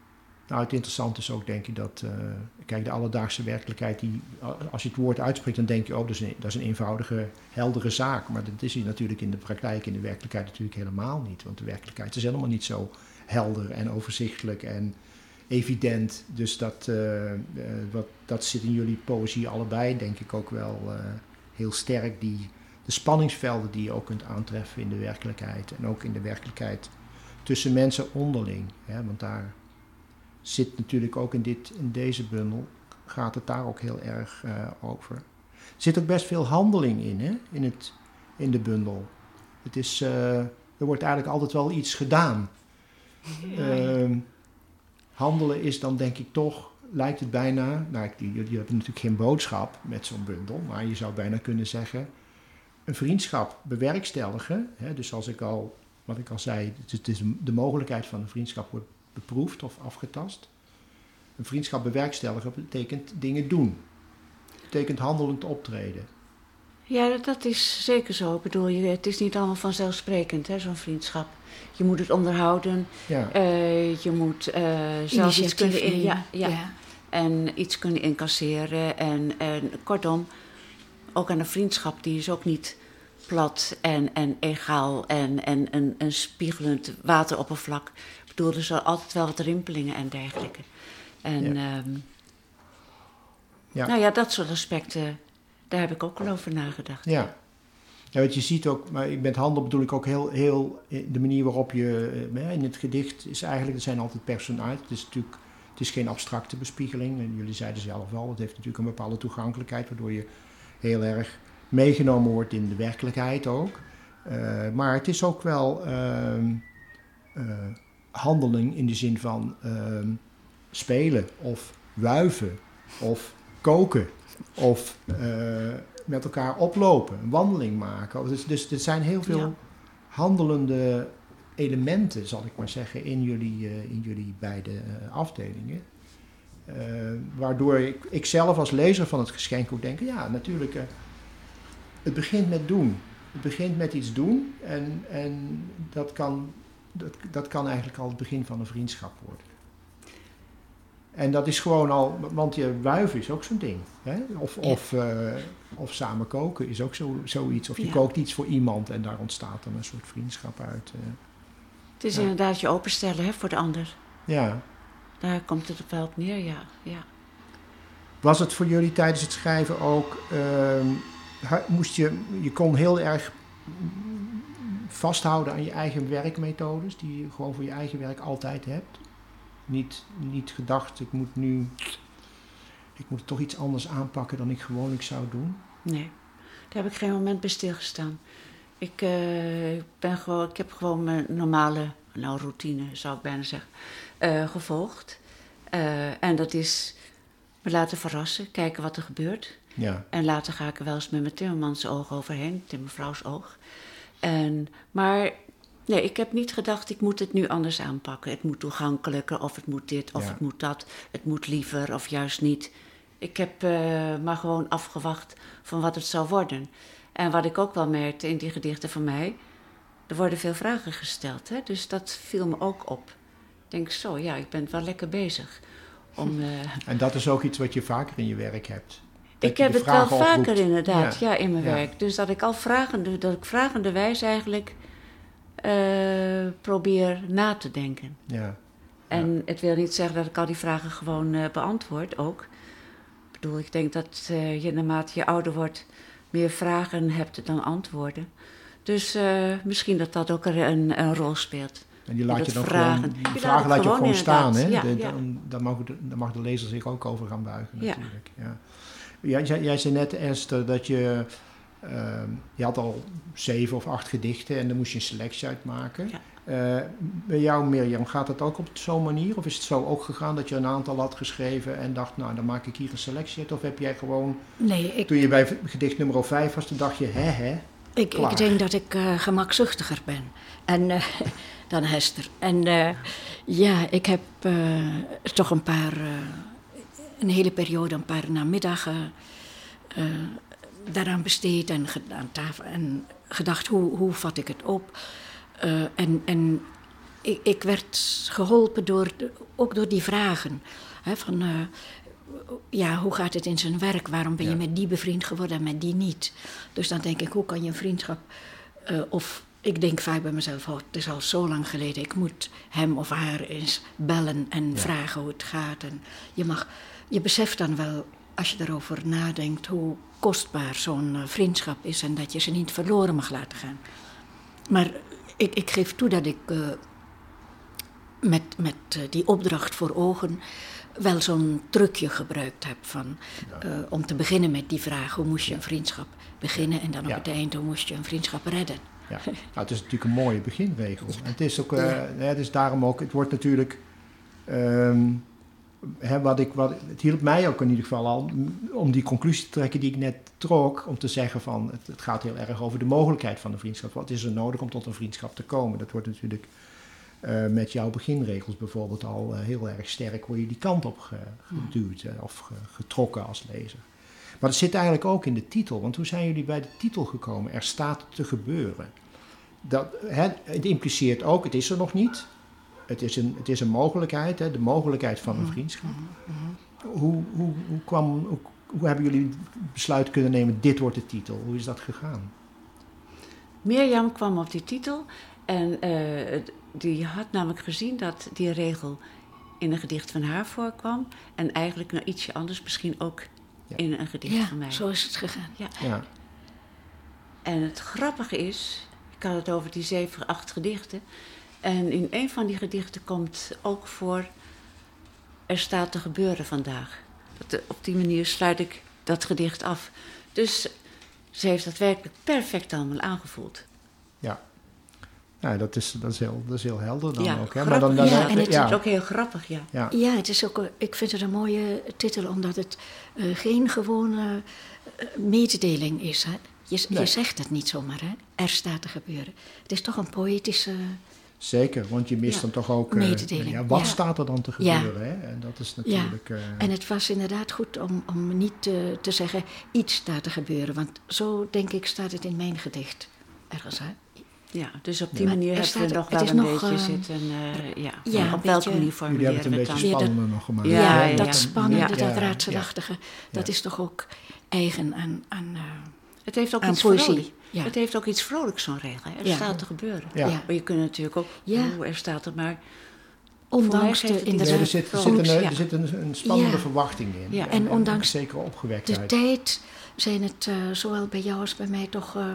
[SPEAKER 1] Nou, het interessante is ook, denk ik, dat... Uh, kijk, de alledaagse werkelijkheid, die, als je het woord uitspreekt, dan denk je, oh, dat is, een, dat is een eenvoudige, heldere zaak. Maar dat is hier natuurlijk in de praktijk, in de werkelijkheid natuurlijk helemaal niet. Want de werkelijkheid is helemaal niet zo helder en overzichtelijk en evident. Dus dat, uh, uh, wat, dat zit in jullie poëzie allebei, denk ik ook wel uh, heel sterk. Die, de spanningsvelden die je ook kunt aantreffen in de werkelijkheid. En ook in de werkelijkheid tussen mensen onderling. Hè, want daar zit natuurlijk ook in, dit, in deze bundel, gaat het daar ook heel erg uh, over. Er zit ook best veel handeling in, hè, in, het, in de bundel. Het is, uh, er wordt eigenlijk altijd wel iets gedaan. Ja. Uh, handelen is dan denk ik toch, lijkt het bijna... Nou, jullie hebben natuurlijk geen boodschap met zo'n bundel, maar je zou bijna kunnen zeggen... een vriendschap bewerkstelligen. Hè, dus als ik al, wat ik al zei, het is de mogelijkheid van een vriendschap wordt beproefd of afgetast. Een vriendschap bewerkstelligen betekent dingen doen. Betekent handelend optreden.
[SPEAKER 2] Ja, dat, dat is zeker zo. Ik bedoel, je, het is niet allemaal vanzelfsprekend, hè, zo'n vriendschap. Je moet het onderhouden. Ja. Uh, je moet uh, zelfs iets kunnen in, ja, ja. Ja. En iets kunnen incasseren. En, en kortom, ook aan een vriendschap, die is ook niet plat en, en egaal en, en een, een spiegelend wateroppervlak. Ik bedoel, er zijn altijd wel wat rimpelingen en dergelijke. En ja. Um, ja. nou ja, dat soort aspecten, daar heb ik ook al over nagedacht.
[SPEAKER 1] Ja. Ja, wat je ziet ook, maar met handel bedoel ik ook heel, heel de manier waarop je in het gedicht is eigenlijk, er zijn altijd personages. Het is natuurlijk, het is geen abstracte bespiegeling. En jullie zeiden zelf al, het heeft natuurlijk een bepaalde toegankelijkheid, waardoor je heel erg meegenomen wordt in de werkelijkheid ook. Uh, maar het is ook wel uh, uh, handeling in de zin van uh, spelen of wuiven of koken of uh, met elkaar oplopen, een wandeling maken. Dus, dus er zijn heel veel ja. handelende elementen, zal ik maar zeggen, in jullie, uh, in jullie beide uh, afdelingen. Uh, waardoor ik, ik zelf als lezer van het geschenk ook denk, ja, natuurlijk, uh, het begint met doen. Het begint met iets doen en, en dat, kan, dat, dat kan eigenlijk al het begin van een vriendschap worden. En dat is gewoon al, want je wuiven is ook zo'n ding. Hè? Of, ja. of, uh, of samen koken is ook zo, zoiets. Of je ja. kookt iets voor iemand en daar ontstaat dan een soort vriendschap uit. Uh,
[SPEAKER 2] het is
[SPEAKER 1] ja.
[SPEAKER 2] inderdaad je openstellen, hè, voor de ander.
[SPEAKER 1] Ja.
[SPEAKER 2] Daar komt het wel op neer, ja. ja.
[SPEAKER 1] Was het voor jullie tijdens het schrijven ook... Uh, moest je, je kon heel erg vasthouden aan je eigen werkmethodes... die je gewoon voor je eigen werk altijd hebt? Niet, niet gedacht, ik moet nu... ik moet toch iets anders aanpakken dan ik gewoonlijk zou doen?
[SPEAKER 2] Nee, daar heb ik geen moment bij stilgestaan. Ik, uh, ben gewoon, ik heb gewoon mijn normale, nou routine zou ik bijna zeggen, uh, gevolgd. Uh, en dat is me laten verrassen, kijken wat er gebeurt.
[SPEAKER 1] Ja. En
[SPEAKER 2] later ga ik er wel eens met mijn timmermans oog overheen, timmervrouws oog. En, maar nee, ik heb niet gedacht, ik moet het nu anders aanpakken. Het moet toegankelijker, of het moet dit, of ja. het moet dat. Het moet liever, of juist niet. Ik heb uh, maar gewoon afgewacht van wat het zou worden. En wat ik ook wel merkte in die gedichten van mij, er worden veel vragen gesteld. Hè? Dus dat viel me ook op. Ik denk zo, ja, ik ben wel lekker bezig. Om, uh...
[SPEAKER 1] En dat is ook iets wat je vaker in je werk hebt? Dat
[SPEAKER 2] ik heb het wel
[SPEAKER 1] oproept.
[SPEAKER 2] vaker inderdaad, ja, ja in mijn
[SPEAKER 1] ja.
[SPEAKER 2] werk. Dus dat ik al vragende, dat ik vragende wijze eigenlijk uh, probeer na te denken.
[SPEAKER 1] Ja.
[SPEAKER 2] En
[SPEAKER 1] ja.
[SPEAKER 2] het wil niet zeggen dat ik al die vragen gewoon uh, beantwoord ook. Ik bedoel, ik denk dat uh, je naarmate je ouder wordt meer vragen hebt dan antwoorden. Dus uh, misschien dat dat ook een, een rol speelt.
[SPEAKER 1] En die laat je dan
[SPEAKER 2] vragen.
[SPEAKER 1] gewoon, die vragen laat je gewoon, gewoon staan, hè?
[SPEAKER 2] Ja,
[SPEAKER 1] de,
[SPEAKER 2] ja.
[SPEAKER 1] Dan, dan, mag de, dan mag de lezer zich ook over gaan buigen, natuurlijk. Ja. Ja. Jij, jij zei net, Esther, dat je... Uh, je had al zeven of acht gedichten en daar moest je een selectie uit maken. Ja. Uh, bij jou, Mirjam, gaat dat ook op zo'n manier? Of is het zo ook gegaan dat je een aantal had geschreven en dacht, nou, dan maak ik hier een selectie uit? Of heb jij gewoon,
[SPEAKER 3] nee, ik...
[SPEAKER 1] toen je bij gedicht nummer vijf was, toen dacht je, hè, hè,
[SPEAKER 3] Ik, ik denk dat ik uh, gemakzuchtiger ben en, uh, dan Hester. En uh, ja, ik heb uh, toch een paar, uh, een hele periode, een paar namiddagen uh, daaraan besteed en, aan tafel, en gedacht, hoe, hoe vat ik het op? Uh, en, en ik, ik werd geholpen door, ook door die vragen. Hè, van, uh, ja, hoe gaat het in zijn werk? Waarom ben je ja. met die bevriend geworden en met die niet? Dus dan denk ik, hoe kan je een vriendschap... Uh, of ik denk vaak bij mezelf, oh, het is al zo lang geleden. Ik moet hem of haar eens bellen en ja. vragen hoe het gaat. En je, mag, je beseft dan wel, als je erover nadenkt... hoe kostbaar zo'n uh, vriendschap is en dat je ze niet verloren mag laten gaan. Maar ik, ik geef toe dat ik uh, met, met uh, die opdracht voor ogen... wel zo'n trucje gebruikt heb van... Uh, om te beginnen met die vraag, hoe moest je een vriendschap beginnen... en dan op ja. het eind, hoe moest je een vriendschap redden.
[SPEAKER 1] Ja, nou, het is natuurlijk een mooie beginregel. En het is ook, uh, ja. het is daarom ook, het wordt natuurlijk... Um, He, wat ik, wat, het hielp mij ook in ieder geval al om die conclusie te trekken die ik net trok. Om te zeggen van het, het gaat heel erg over de mogelijkheid van een vriendschap. Wat is er nodig om tot een vriendschap te komen? Dat wordt natuurlijk uh, met jouw beginregels bijvoorbeeld al uh, heel erg sterk. Word je die kant op ge, geduwd uh, of ge, getrokken als lezer. Maar het zit eigenlijk ook in de titel. Want hoe zijn jullie bij de titel gekomen? Er staat te gebeuren. Dat, he, het impliceert ook, het is er nog niet. Het is een, het is een mogelijkheid, hè, de mogelijkheid van een vriendschap. Hoe, hoe, hoe, kwam, hoe, hoe hebben jullie besluit kunnen nemen, dit wordt de titel? Hoe is dat gegaan?
[SPEAKER 2] Mirjam kwam op die titel en uh, die had namelijk gezien dat die regel in een gedicht van haar voorkwam. En eigenlijk nou ietsje anders misschien ook ja. in een gedicht
[SPEAKER 3] ja,
[SPEAKER 2] van mij.
[SPEAKER 3] Ja, zo is het gegaan.
[SPEAKER 2] Ja.
[SPEAKER 1] Ja.
[SPEAKER 2] En het grappige is, ik had het over die zeven, acht gedichten... En in een van die gedichten komt ook voor... er staat te gebeuren vandaag. Dat, op die manier sluit ik dat gedicht af. Dus ze heeft dat werkelijk perfect allemaal aangevoeld.
[SPEAKER 1] Ja, nou, dat, is, dat, is heel, dat is heel helder dan
[SPEAKER 2] ja,
[SPEAKER 1] ook. Hè?
[SPEAKER 2] Maar dan, dan,
[SPEAKER 3] ja,
[SPEAKER 2] dan,
[SPEAKER 3] en het
[SPEAKER 2] ja. is ook heel grappig, ja.
[SPEAKER 1] Ja,
[SPEAKER 3] ja het is ook, ik vind het een mooie titel... omdat het uh, geen gewone uh, mededeling is. Hè? Je, nee. je zegt het niet zomaar, hè? Er staat te gebeuren. Het is toch een poëtische...
[SPEAKER 1] Zeker, want je mist ja. dan toch ook... Uh, ja, wat ja. staat er dan te gebeuren? Ja. Hè? En dat is natuurlijk...
[SPEAKER 3] Ja.
[SPEAKER 1] Uh,
[SPEAKER 3] en het was inderdaad goed om, om niet uh, te zeggen... iets staat te gebeuren. Want zo, denk ik, staat het in mijn gedicht. Ergens, hè?
[SPEAKER 2] Ja, dus op die ja. manier hebben we nog wel een nog, beetje uh, zitten... Uh, ja, ja, op welke manier formuleren
[SPEAKER 1] we het dan? Jullie hebben het een beetje spannender nog gemaakt.
[SPEAKER 3] Ja, ja, ja, dat
[SPEAKER 2] ja.
[SPEAKER 3] spannende,
[SPEAKER 2] ja.
[SPEAKER 3] dat raadselachtige... dat ja. is toch ook eigen aan, aan, uh,
[SPEAKER 2] het heeft ook
[SPEAKER 3] aan
[SPEAKER 2] iets
[SPEAKER 3] poëzie.
[SPEAKER 2] Vrolijk. Ja. Het heeft ook iets vrolijks, zo'n regel. Er ja. staat te gebeuren.
[SPEAKER 1] Ja.
[SPEAKER 2] Maar je kunt natuurlijk ook... Ja. Oh, er staat er maar...
[SPEAKER 3] Ondanks de...
[SPEAKER 1] Nee, er zit, er zit, een, ja. er zit een, een spannende ja. verwachting in.
[SPEAKER 3] Ja.
[SPEAKER 1] En,
[SPEAKER 3] en ondanks
[SPEAKER 1] en zekere opgewektheid.
[SPEAKER 3] de tijd zijn het uh, zowel bij jou als bij mij toch uh,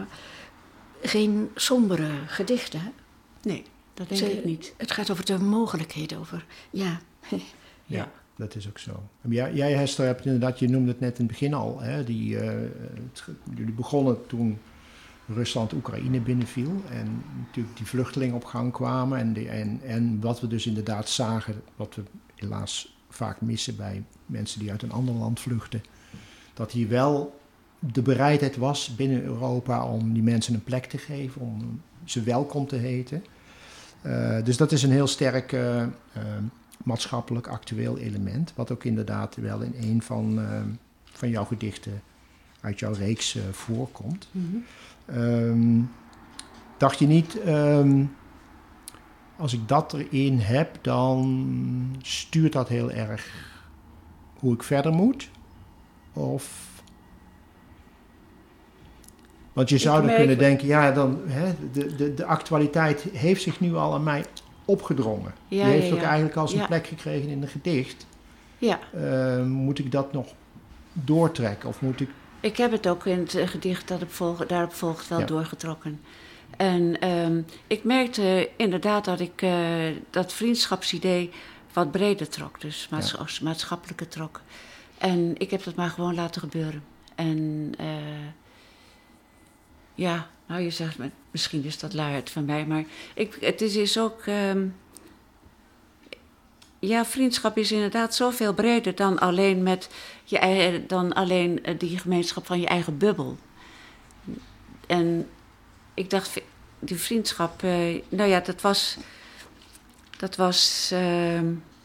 [SPEAKER 3] geen sombere gedichten. Hè?
[SPEAKER 2] Nee, dat denk Ze, ik niet.
[SPEAKER 3] Het gaat over de mogelijkheden, over... Ja.
[SPEAKER 1] ja. ja. Dat is ook zo. Jij, jij Hester, hebt inderdaad, je noemde het net in het begin al. Hè, die, uh, het, jullie begonnen toen Rusland Oekraïne binnenviel. En natuurlijk die vluchtelingen op gang kwamen. En, die, en, en wat we dus inderdaad zagen, wat we helaas vaak missen bij mensen die uit een ander land vluchten. Dat hier wel de bereidheid was binnen Europa om die mensen een plek te geven. Om ze welkom te heten. Uh, dus dat is een heel sterk... Uh, uh, maatschappelijk actueel element, wat ook inderdaad wel in een van, uh, van jouw gedichten uit jouw reeks uh, voorkomt. Mm-hmm. Um, dacht je niet, um, als ik dat erin heb, dan stuurt dat heel erg hoe ik verder moet? Of... Want je zou dan kunnen denken, ja, dan, hè, de, de, de actualiteit heeft zich nu al aan mij opgedrongen. Ja, die heeft ja, ja. ook eigenlijk al zijn ja. plek gekregen in een gedicht.
[SPEAKER 2] Ja.
[SPEAKER 1] Uh, moet ik dat nog doortrekken? Of moet ik...
[SPEAKER 2] ik heb het ook in het gedicht dat volg, daarop volgt wel ja. doorgetrokken. En um, ik merkte inderdaad dat ik uh, dat vriendschapsidee wat breder trok. Dus maats- ja. als maatschappelijke trok. En ik heb dat maar gewoon laten gebeuren. En uh, ja... Nou, je zegt, misschien is dat luiheid van mij, maar ik, het is, is ook... Um, ja, vriendschap is inderdaad zoveel breder dan alleen, met je eigen, dan alleen die gemeenschap van je eigen bubbel. En ik dacht, die vriendschap... Uh, nou ja, dat was... Dat was uh,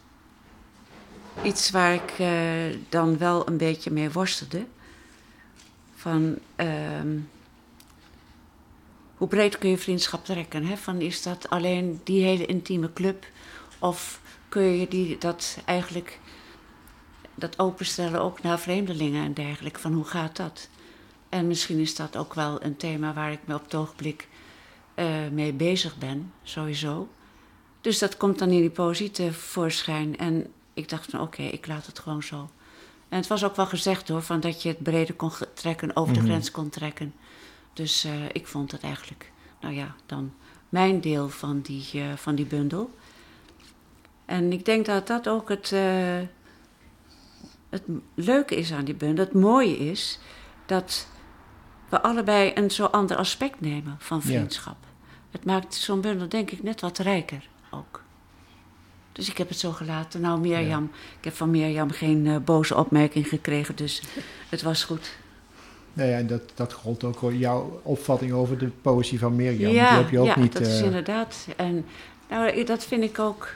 [SPEAKER 2] iets waar ik uh, dan wel een beetje mee worstelde. Van... Uh, hoe breed kun je vriendschap trekken? Hè? Van, is dat alleen die hele intieme club? Of kun je die, dat eigenlijk dat openstellen ook naar vreemdelingen en dergelijke? Van hoe gaat dat? En misschien is dat ook wel een thema waar ik me op het ogenblik uh, mee bezig ben, sowieso. Dus dat komt dan in die poëzie tevoorschijn. En ik dacht van oké, okay, ik laat het gewoon zo. En het was ook wel gezegd hoor, van dat je het breder kon trekken, over de mm-hmm. grens kon trekken. Dus uh, ik vond het eigenlijk, nou ja, dan mijn deel van die, uh, van die bundel. En ik denk dat dat ook het, uh, het leuke is aan die bundel. Het mooie is dat we allebei een zo ander aspect nemen van vriendschap. Ja. Het maakt zo'n bundel denk ik net wat rijker ook. Dus ik heb het zo gelaten. Nou, Mirjam, ja. ik heb van Mirjam geen uh, boze opmerking gekregen, dus het was goed.
[SPEAKER 1] Nou ja, dat, dat gold ook jouw opvatting over de poëzie van Mirjam.
[SPEAKER 2] Ja,
[SPEAKER 1] die heb je ook
[SPEAKER 2] ja
[SPEAKER 1] niet,
[SPEAKER 2] dat is
[SPEAKER 1] uh...
[SPEAKER 2] inderdaad. En nou, dat vind ik ook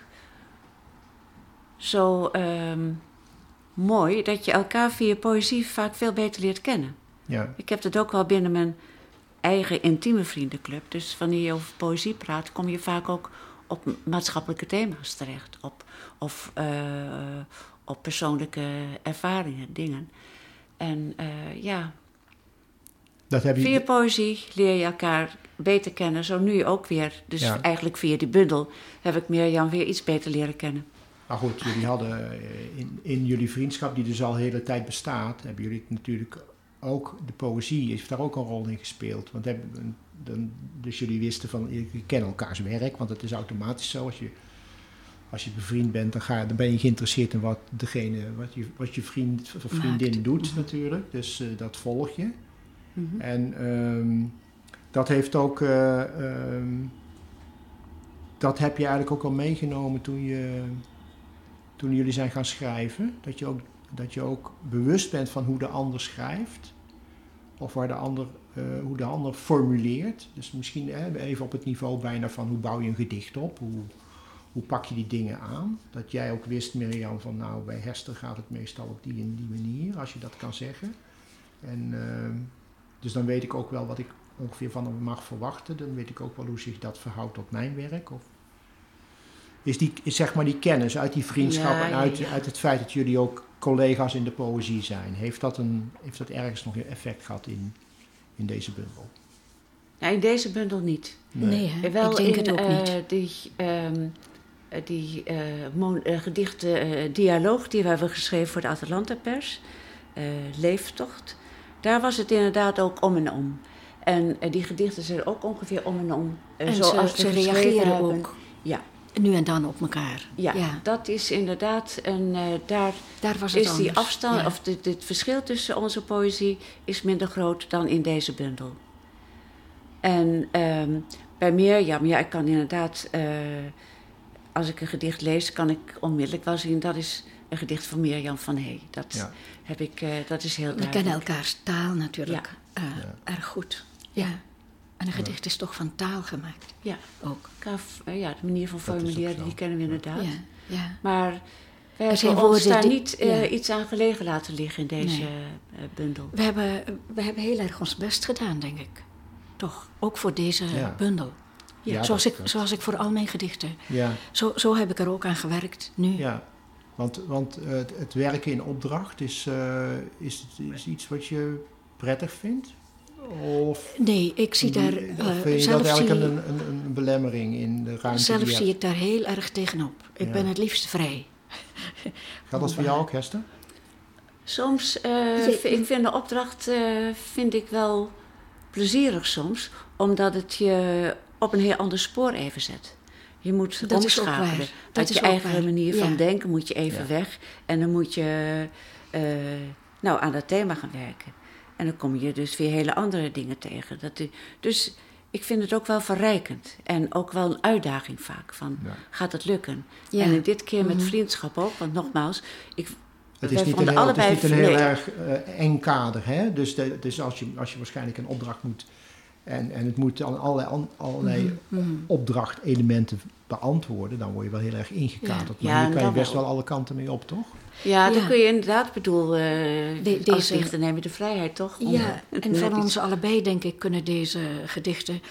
[SPEAKER 2] zo um, mooi, dat je elkaar via poëzie vaak veel beter leert kennen.
[SPEAKER 1] Ja.
[SPEAKER 2] Ik heb dat ook wel binnen mijn eigen intieme vriendenclub. Dus wanneer je over poëzie praat, kom je vaak ook op maatschappelijke thema's terecht. Op, of uh, op persoonlijke ervaringen, dingen. En uh, ja,
[SPEAKER 1] dat heb je...
[SPEAKER 2] via poëzie leer je elkaar beter kennen. Zo nu ook weer. Dus ja. eigenlijk via die bundel heb ik Mirjam weer iets beter leren kennen.
[SPEAKER 1] Maar goed, jullie hadden in, in jullie vriendschap, die dus al de hele tijd bestaat, hebben jullie natuurlijk ook, de poëzie heeft daar ook een rol in gespeeld. Want hebben, dan, dus jullie wisten van, je kennen elkaars werk, want het is automatisch zo. Als je, als je bevriend bent, dan, ga, dan ben je geïnteresseerd in wat degene, wat je, wat je vriend of vriendin Maakt. doet mm-hmm. natuurlijk. Dus uh, dat volg je. Mm-hmm. En um, dat heeft ook, uh, um, dat heb je eigenlijk ook al meegenomen toen je, toen jullie zijn gaan schrijven. Dat je ook Dat je ook bewust bent van hoe de ander schrijft. Of waar de ander, uh, hoe de ander formuleert. Dus misschien hè, even op het niveau bijna van hoe bouw je een gedicht op. Hoe, hoe pak je die dingen aan. Dat jij ook wist, Mirjam, van nou bij Hester gaat het meestal op die en die manier. Als je dat kan zeggen. En, uh, dus dan weet ik ook wel wat ik ongeveer van hem mag verwachten. Dan weet ik ook wel hoe zich dat verhoudt tot mijn werk. Of is, die, is zeg maar die kennis uit die vriendschap ja, en uit, ja, ja. uit het feit dat jullie ook collega's in de poëzie zijn. Heeft dat, een, heeft dat ergens nog een effect gehad in, in deze bundel?
[SPEAKER 2] Ja, in deze bundel niet.
[SPEAKER 3] Nee, nee
[SPEAKER 2] wel
[SPEAKER 3] ik denk
[SPEAKER 2] in,
[SPEAKER 3] het ook
[SPEAKER 2] uh,
[SPEAKER 3] niet.
[SPEAKER 2] Die, um, die uh, mon- uh, gedichten, uh, dialoog die we hebben geschreven voor de Atalanta-pers, uh, Leeftocht, daar was het inderdaad ook om en om. En uh, die gedichten zijn ook ongeveer om en om. Uh,
[SPEAKER 3] en
[SPEAKER 2] zoals
[SPEAKER 3] ze, ze reageren
[SPEAKER 2] hebben.
[SPEAKER 3] ook.
[SPEAKER 2] Ja.
[SPEAKER 3] Nu en dan op elkaar.
[SPEAKER 2] Ja, ja. dat is inderdaad een... Uh, daar
[SPEAKER 3] daar was het
[SPEAKER 2] is
[SPEAKER 3] anders.
[SPEAKER 2] die afstand,
[SPEAKER 3] ja.
[SPEAKER 2] of dit, dit verschil tussen onze poëzie is minder groot dan in deze bundel. En um, bij Mirjam, ja, ik kan inderdaad... Uh, als ik een gedicht lees, kan ik onmiddellijk wel zien... dat is een gedicht van Mirjam van Hey. Dat, ja. heb ik, uh, dat is heel
[SPEAKER 3] We
[SPEAKER 2] duidelijk.
[SPEAKER 3] kennen elkaars taal natuurlijk
[SPEAKER 2] ja.
[SPEAKER 3] uh, ja. erg goed. Ja. En een gedicht ja. is toch van taal gemaakt.
[SPEAKER 2] Ja,
[SPEAKER 3] ook.
[SPEAKER 2] Ja, de manier van formuleren, die kennen we inderdaad.
[SPEAKER 3] Ja. Ja.
[SPEAKER 2] Maar we hebben ons daar die, niet uh, ja. iets aan gelegen laten liggen in deze nee. uh, bundel.
[SPEAKER 3] We hebben, we hebben heel erg ons best gedaan, denk ik. Toch, ook voor deze ja. bundel. Ja, ja, zoals, dat, ik, dat. zoals ik voor al mijn gedichten. Ja. Zo, zo heb ik er ook aan gewerkt, nu.
[SPEAKER 1] Ja, want, want uh, het, het werken in opdracht, is, uh, is, is iets wat je prettig vindt? Of,
[SPEAKER 3] nee, ik zie daar...
[SPEAKER 1] Uh, vind je zelf dat eigenlijk zie, een, een, een belemmering in de ruimte?
[SPEAKER 3] Zelf
[SPEAKER 1] die
[SPEAKER 3] zie ik daar heel erg tegenop. Ik ja. ben het liefst vrij.
[SPEAKER 1] Gaat dat voor jou ook, Hester?
[SPEAKER 2] Soms, uh, je, ik vind de opdracht uh, vind ik wel plezierig soms, omdat het je op een heel ander spoor even zet. Je moet
[SPEAKER 3] dat
[SPEAKER 2] omschakelen.
[SPEAKER 3] Dat
[SPEAKER 2] Uit
[SPEAKER 3] is
[SPEAKER 2] je eigen
[SPEAKER 3] waar.
[SPEAKER 2] manier van
[SPEAKER 3] ja.
[SPEAKER 2] denken moet je even ja. weg. En dan moet je uh, nou, aan dat thema gaan werken. En dan kom je dus weer hele andere dingen tegen. Dat u, dus ik vind het ook wel verrijkend. En ook wel een uitdaging vaak. Van, ja. Gaat het lukken? Ja. En dit keer met mm-hmm. vriendschap ook. Want nogmaals, ik...
[SPEAKER 1] Het is niet een heel, het is niet een heel nee. erg uh, eng kader. Hè? Dus, de, dus als, je, als je waarschijnlijk een opdracht moet... En, en het moet aan allerlei, allerlei mm-hmm. opdrachtelementen beantwoorden... dan word je wel heel erg ingekaderd. Ja. Maar ja, hier kan je best wel. wel alle kanten mee op, toch?
[SPEAKER 2] Ja, dan ja. kun je inderdaad, bedoel, uh, de, als deze, dichter neem je de vrijheid, toch?
[SPEAKER 3] Om, ja, en van ons allebei, denk ik, kunnen deze gedichten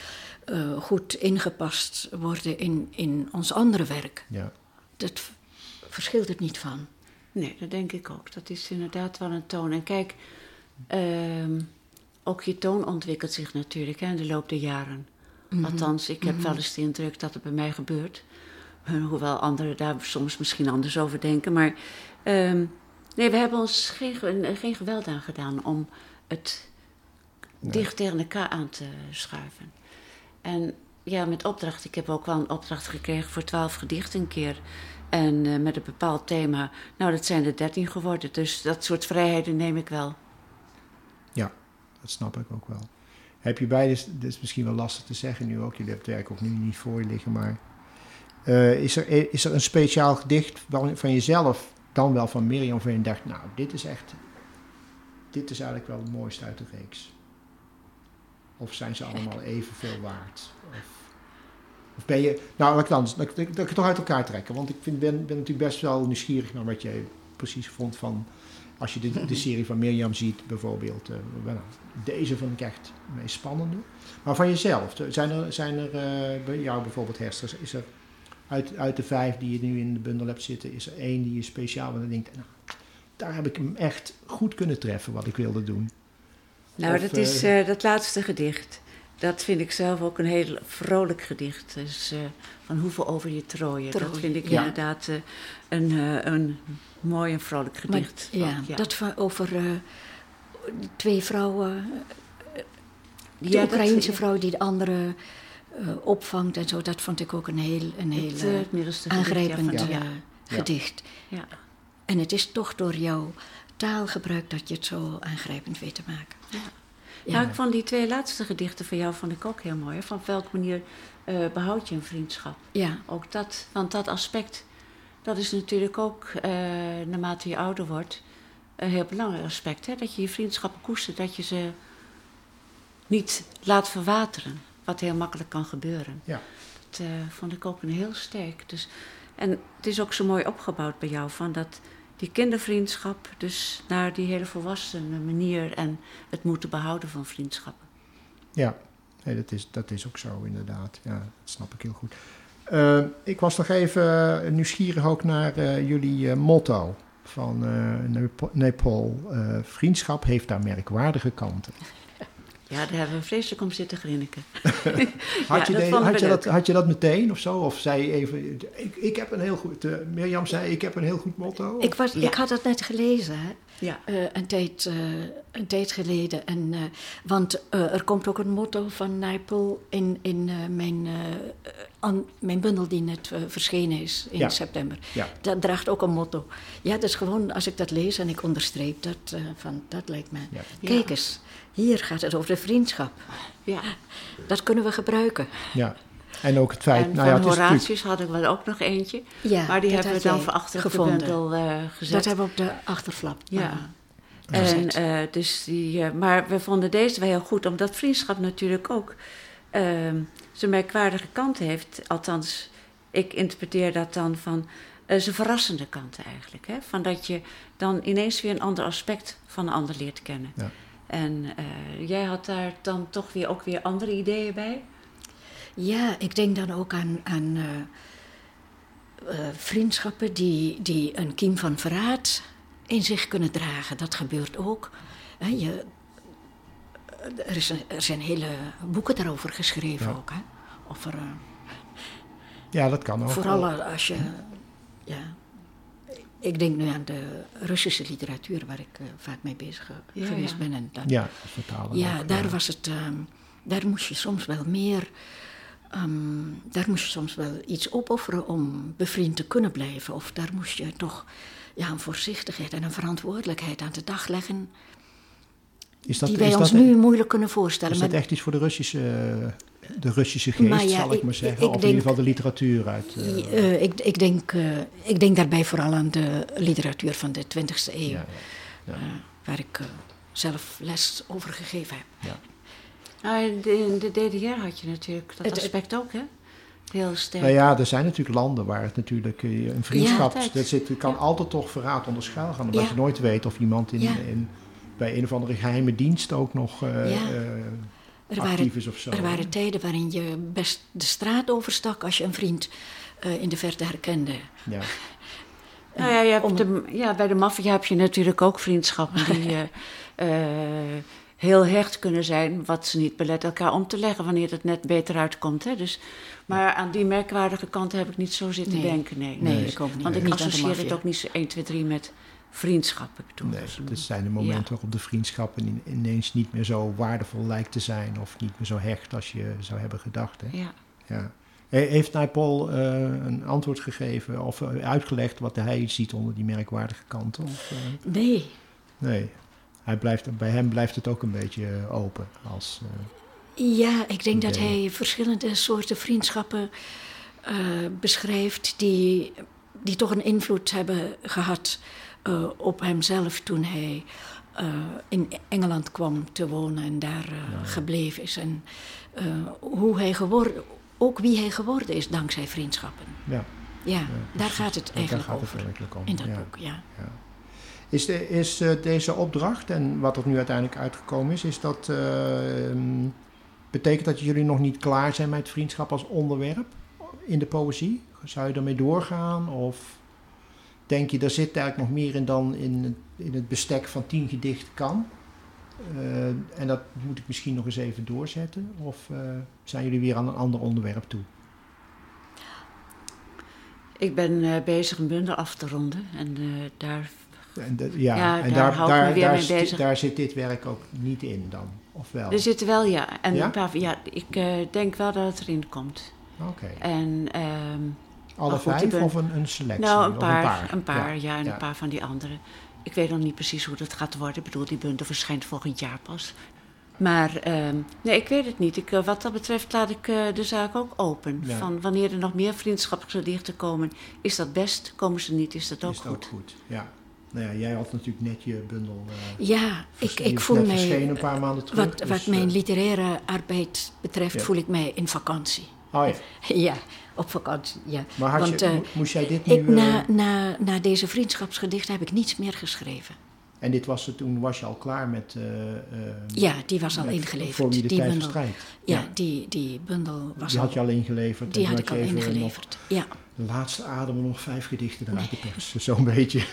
[SPEAKER 3] uh, goed ingepast worden in, in ons andere werk.
[SPEAKER 1] Ja.
[SPEAKER 3] Dat v- verschilt het niet van.
[SPEAKER 2] Nee, dat denk ik ook. Dat is inderdaad wel een toon. En kijk, uh, ook je toon ontwikkelt zich natuurlijk hè, in de loop der jaren. Mm-hmm. Althans, ik heb mm-hmm. wel eens de indruk dat het bij mij gebeurt. Hoewel anderen daar soms misschien anders over denken. Maar uh, nee, we hebben ons geen, geen geweld aan gedaan om het nee. dicht tegen elkaar aan te schuiven. En ja, met opdracht. Ik heb ook wel een opdracht gekregen voor twaalf gedichten een keer. En uh, met een bepaald thema. Nou, dat zijn er dertien geworden. Dus dat soort vrijheden neem ik wel.
[SPEAKER 1] Ja, dat snap ik ook wel. Heb je beide, dat is misschien wel lastig te zeggen nu ook. Jullie hebben het werk ook nu niet voor je liggen. Maar uh, is, er, is er een speciaal gedicht van jezelf, dan wel van Mirjam, waarvan je dacht, nou, dit is echt, dit is eigenlijk wel het mooiste uit de reeks? Of zijn ze allemaal evenveel waard? Of, of ben je, nou, laat ik, dan, dat, dat, dat ik het toch uit elkaar trekken. Want ik vind, ben, ben natuurlijk best wel nieuwsgierig naar wat jij precies vond van, als je de, de serie van Mirjam ziet bijvoorbeeld. Uh, well, deze vond ik echt het meest spannende. Maar van jezelf, zijn er, zijn er uh, bij jou bijvoorbeeld, Hester, is er uit, uit de vijf die je nu in de bundel hebt zitten, is er één die je speciaal van denkt, nou, daar heb ik hem echt goed kunnen treffen wat ik wilde doen?
[SPEAKER 2] Nou,
[SPEAKER 1] of,
[SPEAKER 2] dat is uh, dat laatste gedicht. Dat vind ik zelf ook een heel vrolijk gedicht. Dus uh, van hoeveel over je trooien. Trooi. Dat vind ik ja. inderdaad uh, een, uh, een mooi en vrolijk gedicht.
[SPEAKER 3] Maar, ja, ja, dat over uh, twee vrouwen. Uh, de ja, Oekraïense dat, vrouw die de andere uh, opvangt en zo. Dat vond ik ook een heel, een heel het, uh, het aangrijpend gedicht. Ja, uh, gedicht. Ja. En het is toch door jouw taalgebruik dat je het zo aangrijpend weet te maken.
[SPEAKER 2] Ja. Ja. Nou, ik vond die twee laatste gedichten van jou vond ik ook heel mooi. Hè? Van welke manier uh, behoud je een vriendschap?
[SPEAKER 3] Ja.
[SPEAKER 2] Ook dat, want dat aspect, dat is natuurlijk ook, uh, naarmate je ouder wordt, een heel belangrijk aspect. Hè? Dat je je vriendschappen koestert, dat je ze niet laat verwateren. Wat heel makkelijk kan gebeuren.
[SPEAKER 1] Ja.
[SPEAKER 2] Dat uh, vond ik ook een heel sterk. Dus, en het is ook zo mooi opgebouwd bij jou, van dat die kindervriendschap, dus naar die hele volwassen manier en het moeten behouden van vriendschappen.
[SPEAKER 1] Ja, nee, dat, is, dat is ook zo inderdaad. Ja, dat snap ik heel goed. Uh, ik was nog even nieuwsgierig ook naar uh, jullie uh, motto van uh, Nepal. Uh, vriendschap heeft daar merkwaardige kanten.
[SPEAKER 2] Ja, daar hebben we vreselijk om zitten grinniken.
[SPEAKER 1] had, ja, je de, had, je dat, had je dat meteen of zo? Of zei je even, ik, ik heb een heel goed, uh, Mirjam zei, ik heb een heel goed motto?
[SPEAKER 3] Ik, was, ja. ik had het net gelezen, hè?
[SPEAKER 2] Ja.
[SPEAKER 3] Uh, een, tijd, uh, een tijd geleden. En, uh, want uh, er komt ook een motto van Nijpel in, in uh, mijn, uh, an, mijn bundel die net uh, verschenen is in ja. september.
[SPEAKER 1] Ja.
[SPEAKER 3] Dat draagt ook een motto. Ja, dus gewoon als ik dat lees en ik onderstreep dat, uh, van, dat lijkt me. Ja. Kijk eens. Hier gaat het over de vriendschap.
[SPEAKER 2] Ja.
[SPEAKER 3] Dat kunnen we gebruiken.
[SPEAKER 1] Ja. En ook het feit...
[SPEAKER 2] En
[SPEAKER 1] nou ja,
[SPEAKER 2] van
[SPEAKER 1] het is
[SPEAKER 2] Horatius hadden we ook nog eentje.
[SPEAKER 3] Ja,
[SPEAKER 2] maar die hebben we dan voor achter de bundel uh, gezet.
[SPEAKER 3] Dat hebben we op de achterflap.
[SPEAKER 2] Ja. En, uh, dus die, uh, maar we vonden deze wel heel goed, omdat vriendschap natuurlijk ook uh, zijn merkwaardige kant heeft. Althans, ik interpreteer dat dan van uh, zijn verrassende kanten eigenlijk. Hè? Van dat je dan ineens weer een ander aspect van een ander leert kennen.
[SPEAKER 1] Ja.
[SPEAKER 2] En uh, jij had daar dan toch weer ook weer andere ideeën bij?
[SPEAKER 3] Ja, ik denk dan ook aan, aan uh, uh, vriendschappen die, die een kiem van verraad in zich kunnen dragen. Dat gebeurt ook. He, je, er, is een, er zijn hele boeken daarover geschreven ja. ook. Hè? Over, uh,
[SPEAKER 1] ja, dat kan ook.
[SPEAKER 3] Vooral als je... Ja, ik denk nu aan de Russische literatuur waar ik uh, vaak mee bezig uh, ja, geweest ja. ben. En dat,
[SPEAKER 1] ja, vertalen.
[SPEAKER 3] Ja,
[SPEAKER 1] ook,
[SPEAKER 3] daar
[SPEAKER 1] ja.
[SPEAKER 3] was het... Uh, daar moest je soms wel meer... Um, daar moest je soms wel iets opofferen om bevriend te kunnen blijven. Of daar moest je toch ja, een voorzichtigheid en een verantwoordelijkheid aan de dag leggen. Is dat, die wij is ons dat, nu moeilijk kunnen voorstellen.
[SPEAKER 1] Is dat maar, echt iets voor de Russische, de Russische geest, ja, zal ik, ik maar zeggen? Ik, ik of denk, in ieder geval de literatuur uit... Uh,
[SPEAKER 3] uh, ik, ik, denk, uh, ik denk daarbij vooral aan de literatuur van de twintigste eeuw. Ja, ja, ja. Uh, waar ik uh, zelf les over gegeven heb.
[SPEAKER 1] Ja.
[SPEAKER 2] Nou, in de D D R had je natuurlijk dat aspect ook, hè? Heel sterk.
[SPEAKER 1] Nou ja, er zijn natuurlijk landen waar het natuurlijk een vriendschap... Ja, dat zit, kan ja. altijd toch verraad onder schuil gaan. Omdat ja. je nooit weet of iemand in, ja. in, bij een of andere geheime dienst ook nog... Uh,
[SPEAKER 3] ja.
[SPEAKER 1] uh,
[SPEAKER 3] er
[SPEAKER 1] actief
[SPEAKER 3] waren,
[SPEAKER 1] is of zo.
[SPEAKER 3] Er waren tijden waarin je best de straat overstak als je een vriend uh, in de verte herkende.
[SPEAKER 1] Ja.
[SPEAKER 2] Nou ja, je hebt de, ja, bij de maffia heb je natuurlijk ook vriendschappen die uh, uh, heel hecht kunnen zijn, wat ze niet belet elkaar om te leggen wanneer het net beter uitkomt. Hè? Dus, maar aan die merkwaardige kant heb ik niet zo zitten
[SPEAKER 3] nee.
[SPEAKER 2] denken. Nee,
[SPEAKER 3] nee,
[SPEAKER 2] nee.
[SPEAKER 3] ik ook niet.
[SPEAKER 2] Want
[SPEAKER 3] nee.
[SPEAKER 2] ik associeer het ook niet zo één, twee, drie met vriendschappen.
[SPEAKER 1] Nee, dat zijn de momenten ja. waarop de vriendschap ineens niet meer zo waardevol lijkt te zijn of niet meer zo hecht als je zou hebben gedacht. Hè?
[SPEAKER 2] Ja.
[SPEAKER 1] Ja. Heeft Naipaul uh, een antwoord gegeven of uitgelegd wat hij ziet onder die merkwaardige kanten? Of, uh...
[SPEAKER 3] Nee.
[SPEAKER 1] Nee. Hij blijft, bij hem blijft het ook een beetje open. Als, uh,
[SPEAKER 3] ja, ik denk dat hij verschillende soorten vriendschappen uh, beschrijft die, die toch een invloed hebben gehad uh, op hemzelf toen hij uh, in Engeland kwam te wonen en daar uh, ja, ja. gebleven is. En uh, hoe hij geworden, ook wie hij geworden is dankzij vriendschappen.
[SPEAKER 1] Ja,
[SPEAKER 3] ja, ja daar gaat het eigenlijk
[SPEAKER 1] gaat
[SPEAKER 3] over.
[SPEAKER 1] Het om.
[SPEAKER 3] In dat
[SPEAKER 1] ja.
[SPEAKER 3] boek, ja.
[SPEAKER 1] ja. Is, de, is uh, deze opdracht en wat er nu uiteindelijk uitgekomen is, is dat uh, um, betekent dat jullie nog niet klaar zijn met vriendschap als onderwerp in de poëzie? Zou je ermee doorgaan of denk je, er zit eigenlijk nog meer in dan in het, in het bestek van tien gedichten kan? Uh, en dat moet ik misschien nog eens even doorzetten? Of uh, zijn jullie weer aan een ander onderwerp toe?
[SPEAKER 2] Ik ben uh, bezig een bundel af te ronden en uh, daar...
[SPEAKER 1] En de, ja,
[SPEAKER 2] ja,
[SPEAKER 1] en
[SPEAKER 2] daar,
[SPEAKER 1] daar, daar, daar,
[SPEAKER 2] mee bezig.
[SPEAKER 1] daar zit dit werk ook niet in dan, of wel?
[SPEAKER 2] Er zit wel, ja. En
[SPEAKER 1] ja?
[SPEAKER 2] Een paar, ja, ik uh, denk wel dat het erin komt.
[SPEAKER 1] Oké. Okay.
[SPEAKER 2] En... Um,
[SPEAKER 1] Alle goed, vijf ben... of een, een selectie?
[SPEAKER 2] Nou, een paar,
[SPEAKER 1] een paar,
[SPEAKER 2] een paar ja, ja en
[SPEAKER 1] ja.
[SPEAKER 2] een paar van die andere. Ik weet nog niet precies hoe dat gaat worden. Ik bedoel, die bundel verschijnt volgend jaar pas. Maar um, nee, ik weet het niet. Ik, uh, wat dat betreft laat ik uh, de zaak ook open. Ja. Van wanneer er nog meer vriendschapsgedichten komen, is dat best. Komen ze niet, is dat ook
[SPEAKER 1] is
[SPEAKER 2] goed.
[SPEAKER 1] Ook goed. Ja. Nou ja, jij had natuurlijk net je bundel uh,
[SPEAKER 3] ja, ik, ik voel mij,
[SPEAKER 1] een paar maanden terug.
[SPEAKER 3] Wat,
[SPEAKER 1] dus,
[SPEAKER 3] wat mijn literaire arbeid betreft, ja. voel ik mij in vakantie.
[SPEAKER 1] Oh ja.
[SPEAKER 3] Ja, op vakantie, ja.
[SPEAKER 1] Maar had
[SPEAKER 3] Want,
[SPEAKER 1] je,
[SPEAKER 3] uh,
[SPEAKER 1] moest jij dit nu...
[SPEAKER 3] Ik, na, na, na deze vriendschapsgedichten heb ik niets meer geschreven.
[SPEAKER 1] En dit was het, toen was je al klaar met... Uh, uh,
[SPEAKER 3] ja, die was al ingeleverd.
[SPEAKER 1] Voor wie de
[SPEAKER 3] die
[SPEAKER 1] tijd
[SPEAKER 3] bundel,
[SPEAKER 1] verstrijkt.
[SPEAKER 3] Ja,
[SPEAKER 1] ja,
[SPEAKER 3] die, die bundel was
[SPEAKER 1] Die
[SPEAKER 3] al...
[SPEAKER 1] had je al ingeleverd.
[SPEAKER 3] Die had ik al ingeleverd, ja.
[SPEAKER 1] De laatste ademen nog vijf gedichten eruit te persen, zo'n beetje.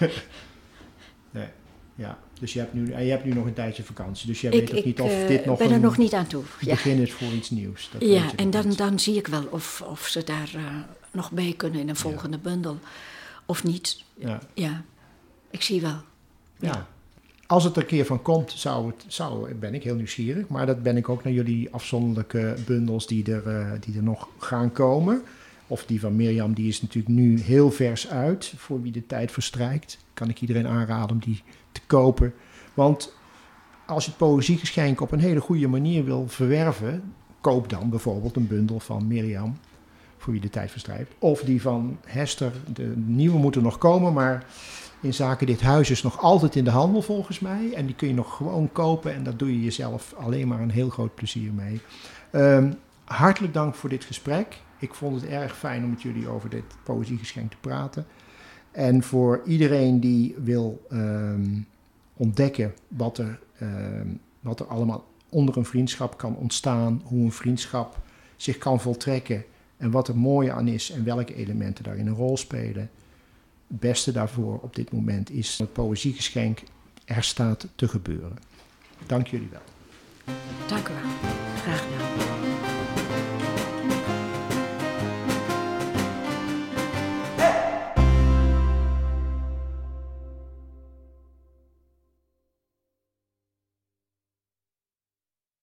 [SPEAKER 1] Nee. Ja, dus je hebt, nu, je hebt nu nog een tijdje vakantie. Dus jij
[SPEAKER 3] ik,
[SPEAKER 1] weet ook
[SPEAKER 3] ik,
[SPEAKER 1] niet of
[SPEAKER 3] uh,
[SPEAKER 1] dit nog
[SPEAKER 3] ben
[SPEAKER 1] een
[SPEAKER 3] er nog niet aan toe. Ja.
[SPEAKER 1] begin is voor iets nieuws. Dat
[SPEAKER 3] ja, en dan, dan zie ik wel of, of ze daar uh, nog bij kunnen in een volgende ja. bundel. Of niet.
[SPEAKER 1] Ja.
[SPEAKER 3] ja, ik zie wel.
[SPEAKER 1] Ja. ja. Als het er een keer van komt, zou het, zou, ben ik heel nieuwsgierig. Maar dat ben ik ook naar jullie afzonderlijke bundels die er, uh, die er nog gaan komen. Of die van Mirjam, die is natuurlijk nu heel vers uit. Voor wie de tijd verstrijkt, kan ik iedereen aanraden om die te kopen. Want als je het poëziegeschenk op een hele goede manier wil verwerven, koop dan bijvoorbeeld een bundel van Mirjam, voor wie de tijd verstrijkt. Of die van Hester, de nieuwe moeten nog komen, maar in zaken Dit Huis is nog altijd in de handel volgens mij. En die kun je nog gewoon kopen en daar doe je jezelf alleen maar een heel groot plezier mee. Um, hartelijk dank voor dit gesprek. Ik vond het erg fijn om met jullie over dit poëziegeschenk te praten. En voor iedereen die wil um, ontdekken wat er, um, wat er allemaal onder een vriendschap kan ontstaan, hoe een vriendschap zich kan voltrekken en wat er mooi aan is en welke elementen daarin een rol spelen. Het beste daarvoor op dit moment is het poëziegeschenk Er staat te gebeuren. Dank jullie wel.
[SPEAKER 3] Dank u wel.
[SPEAKER 2] Graag gedaan.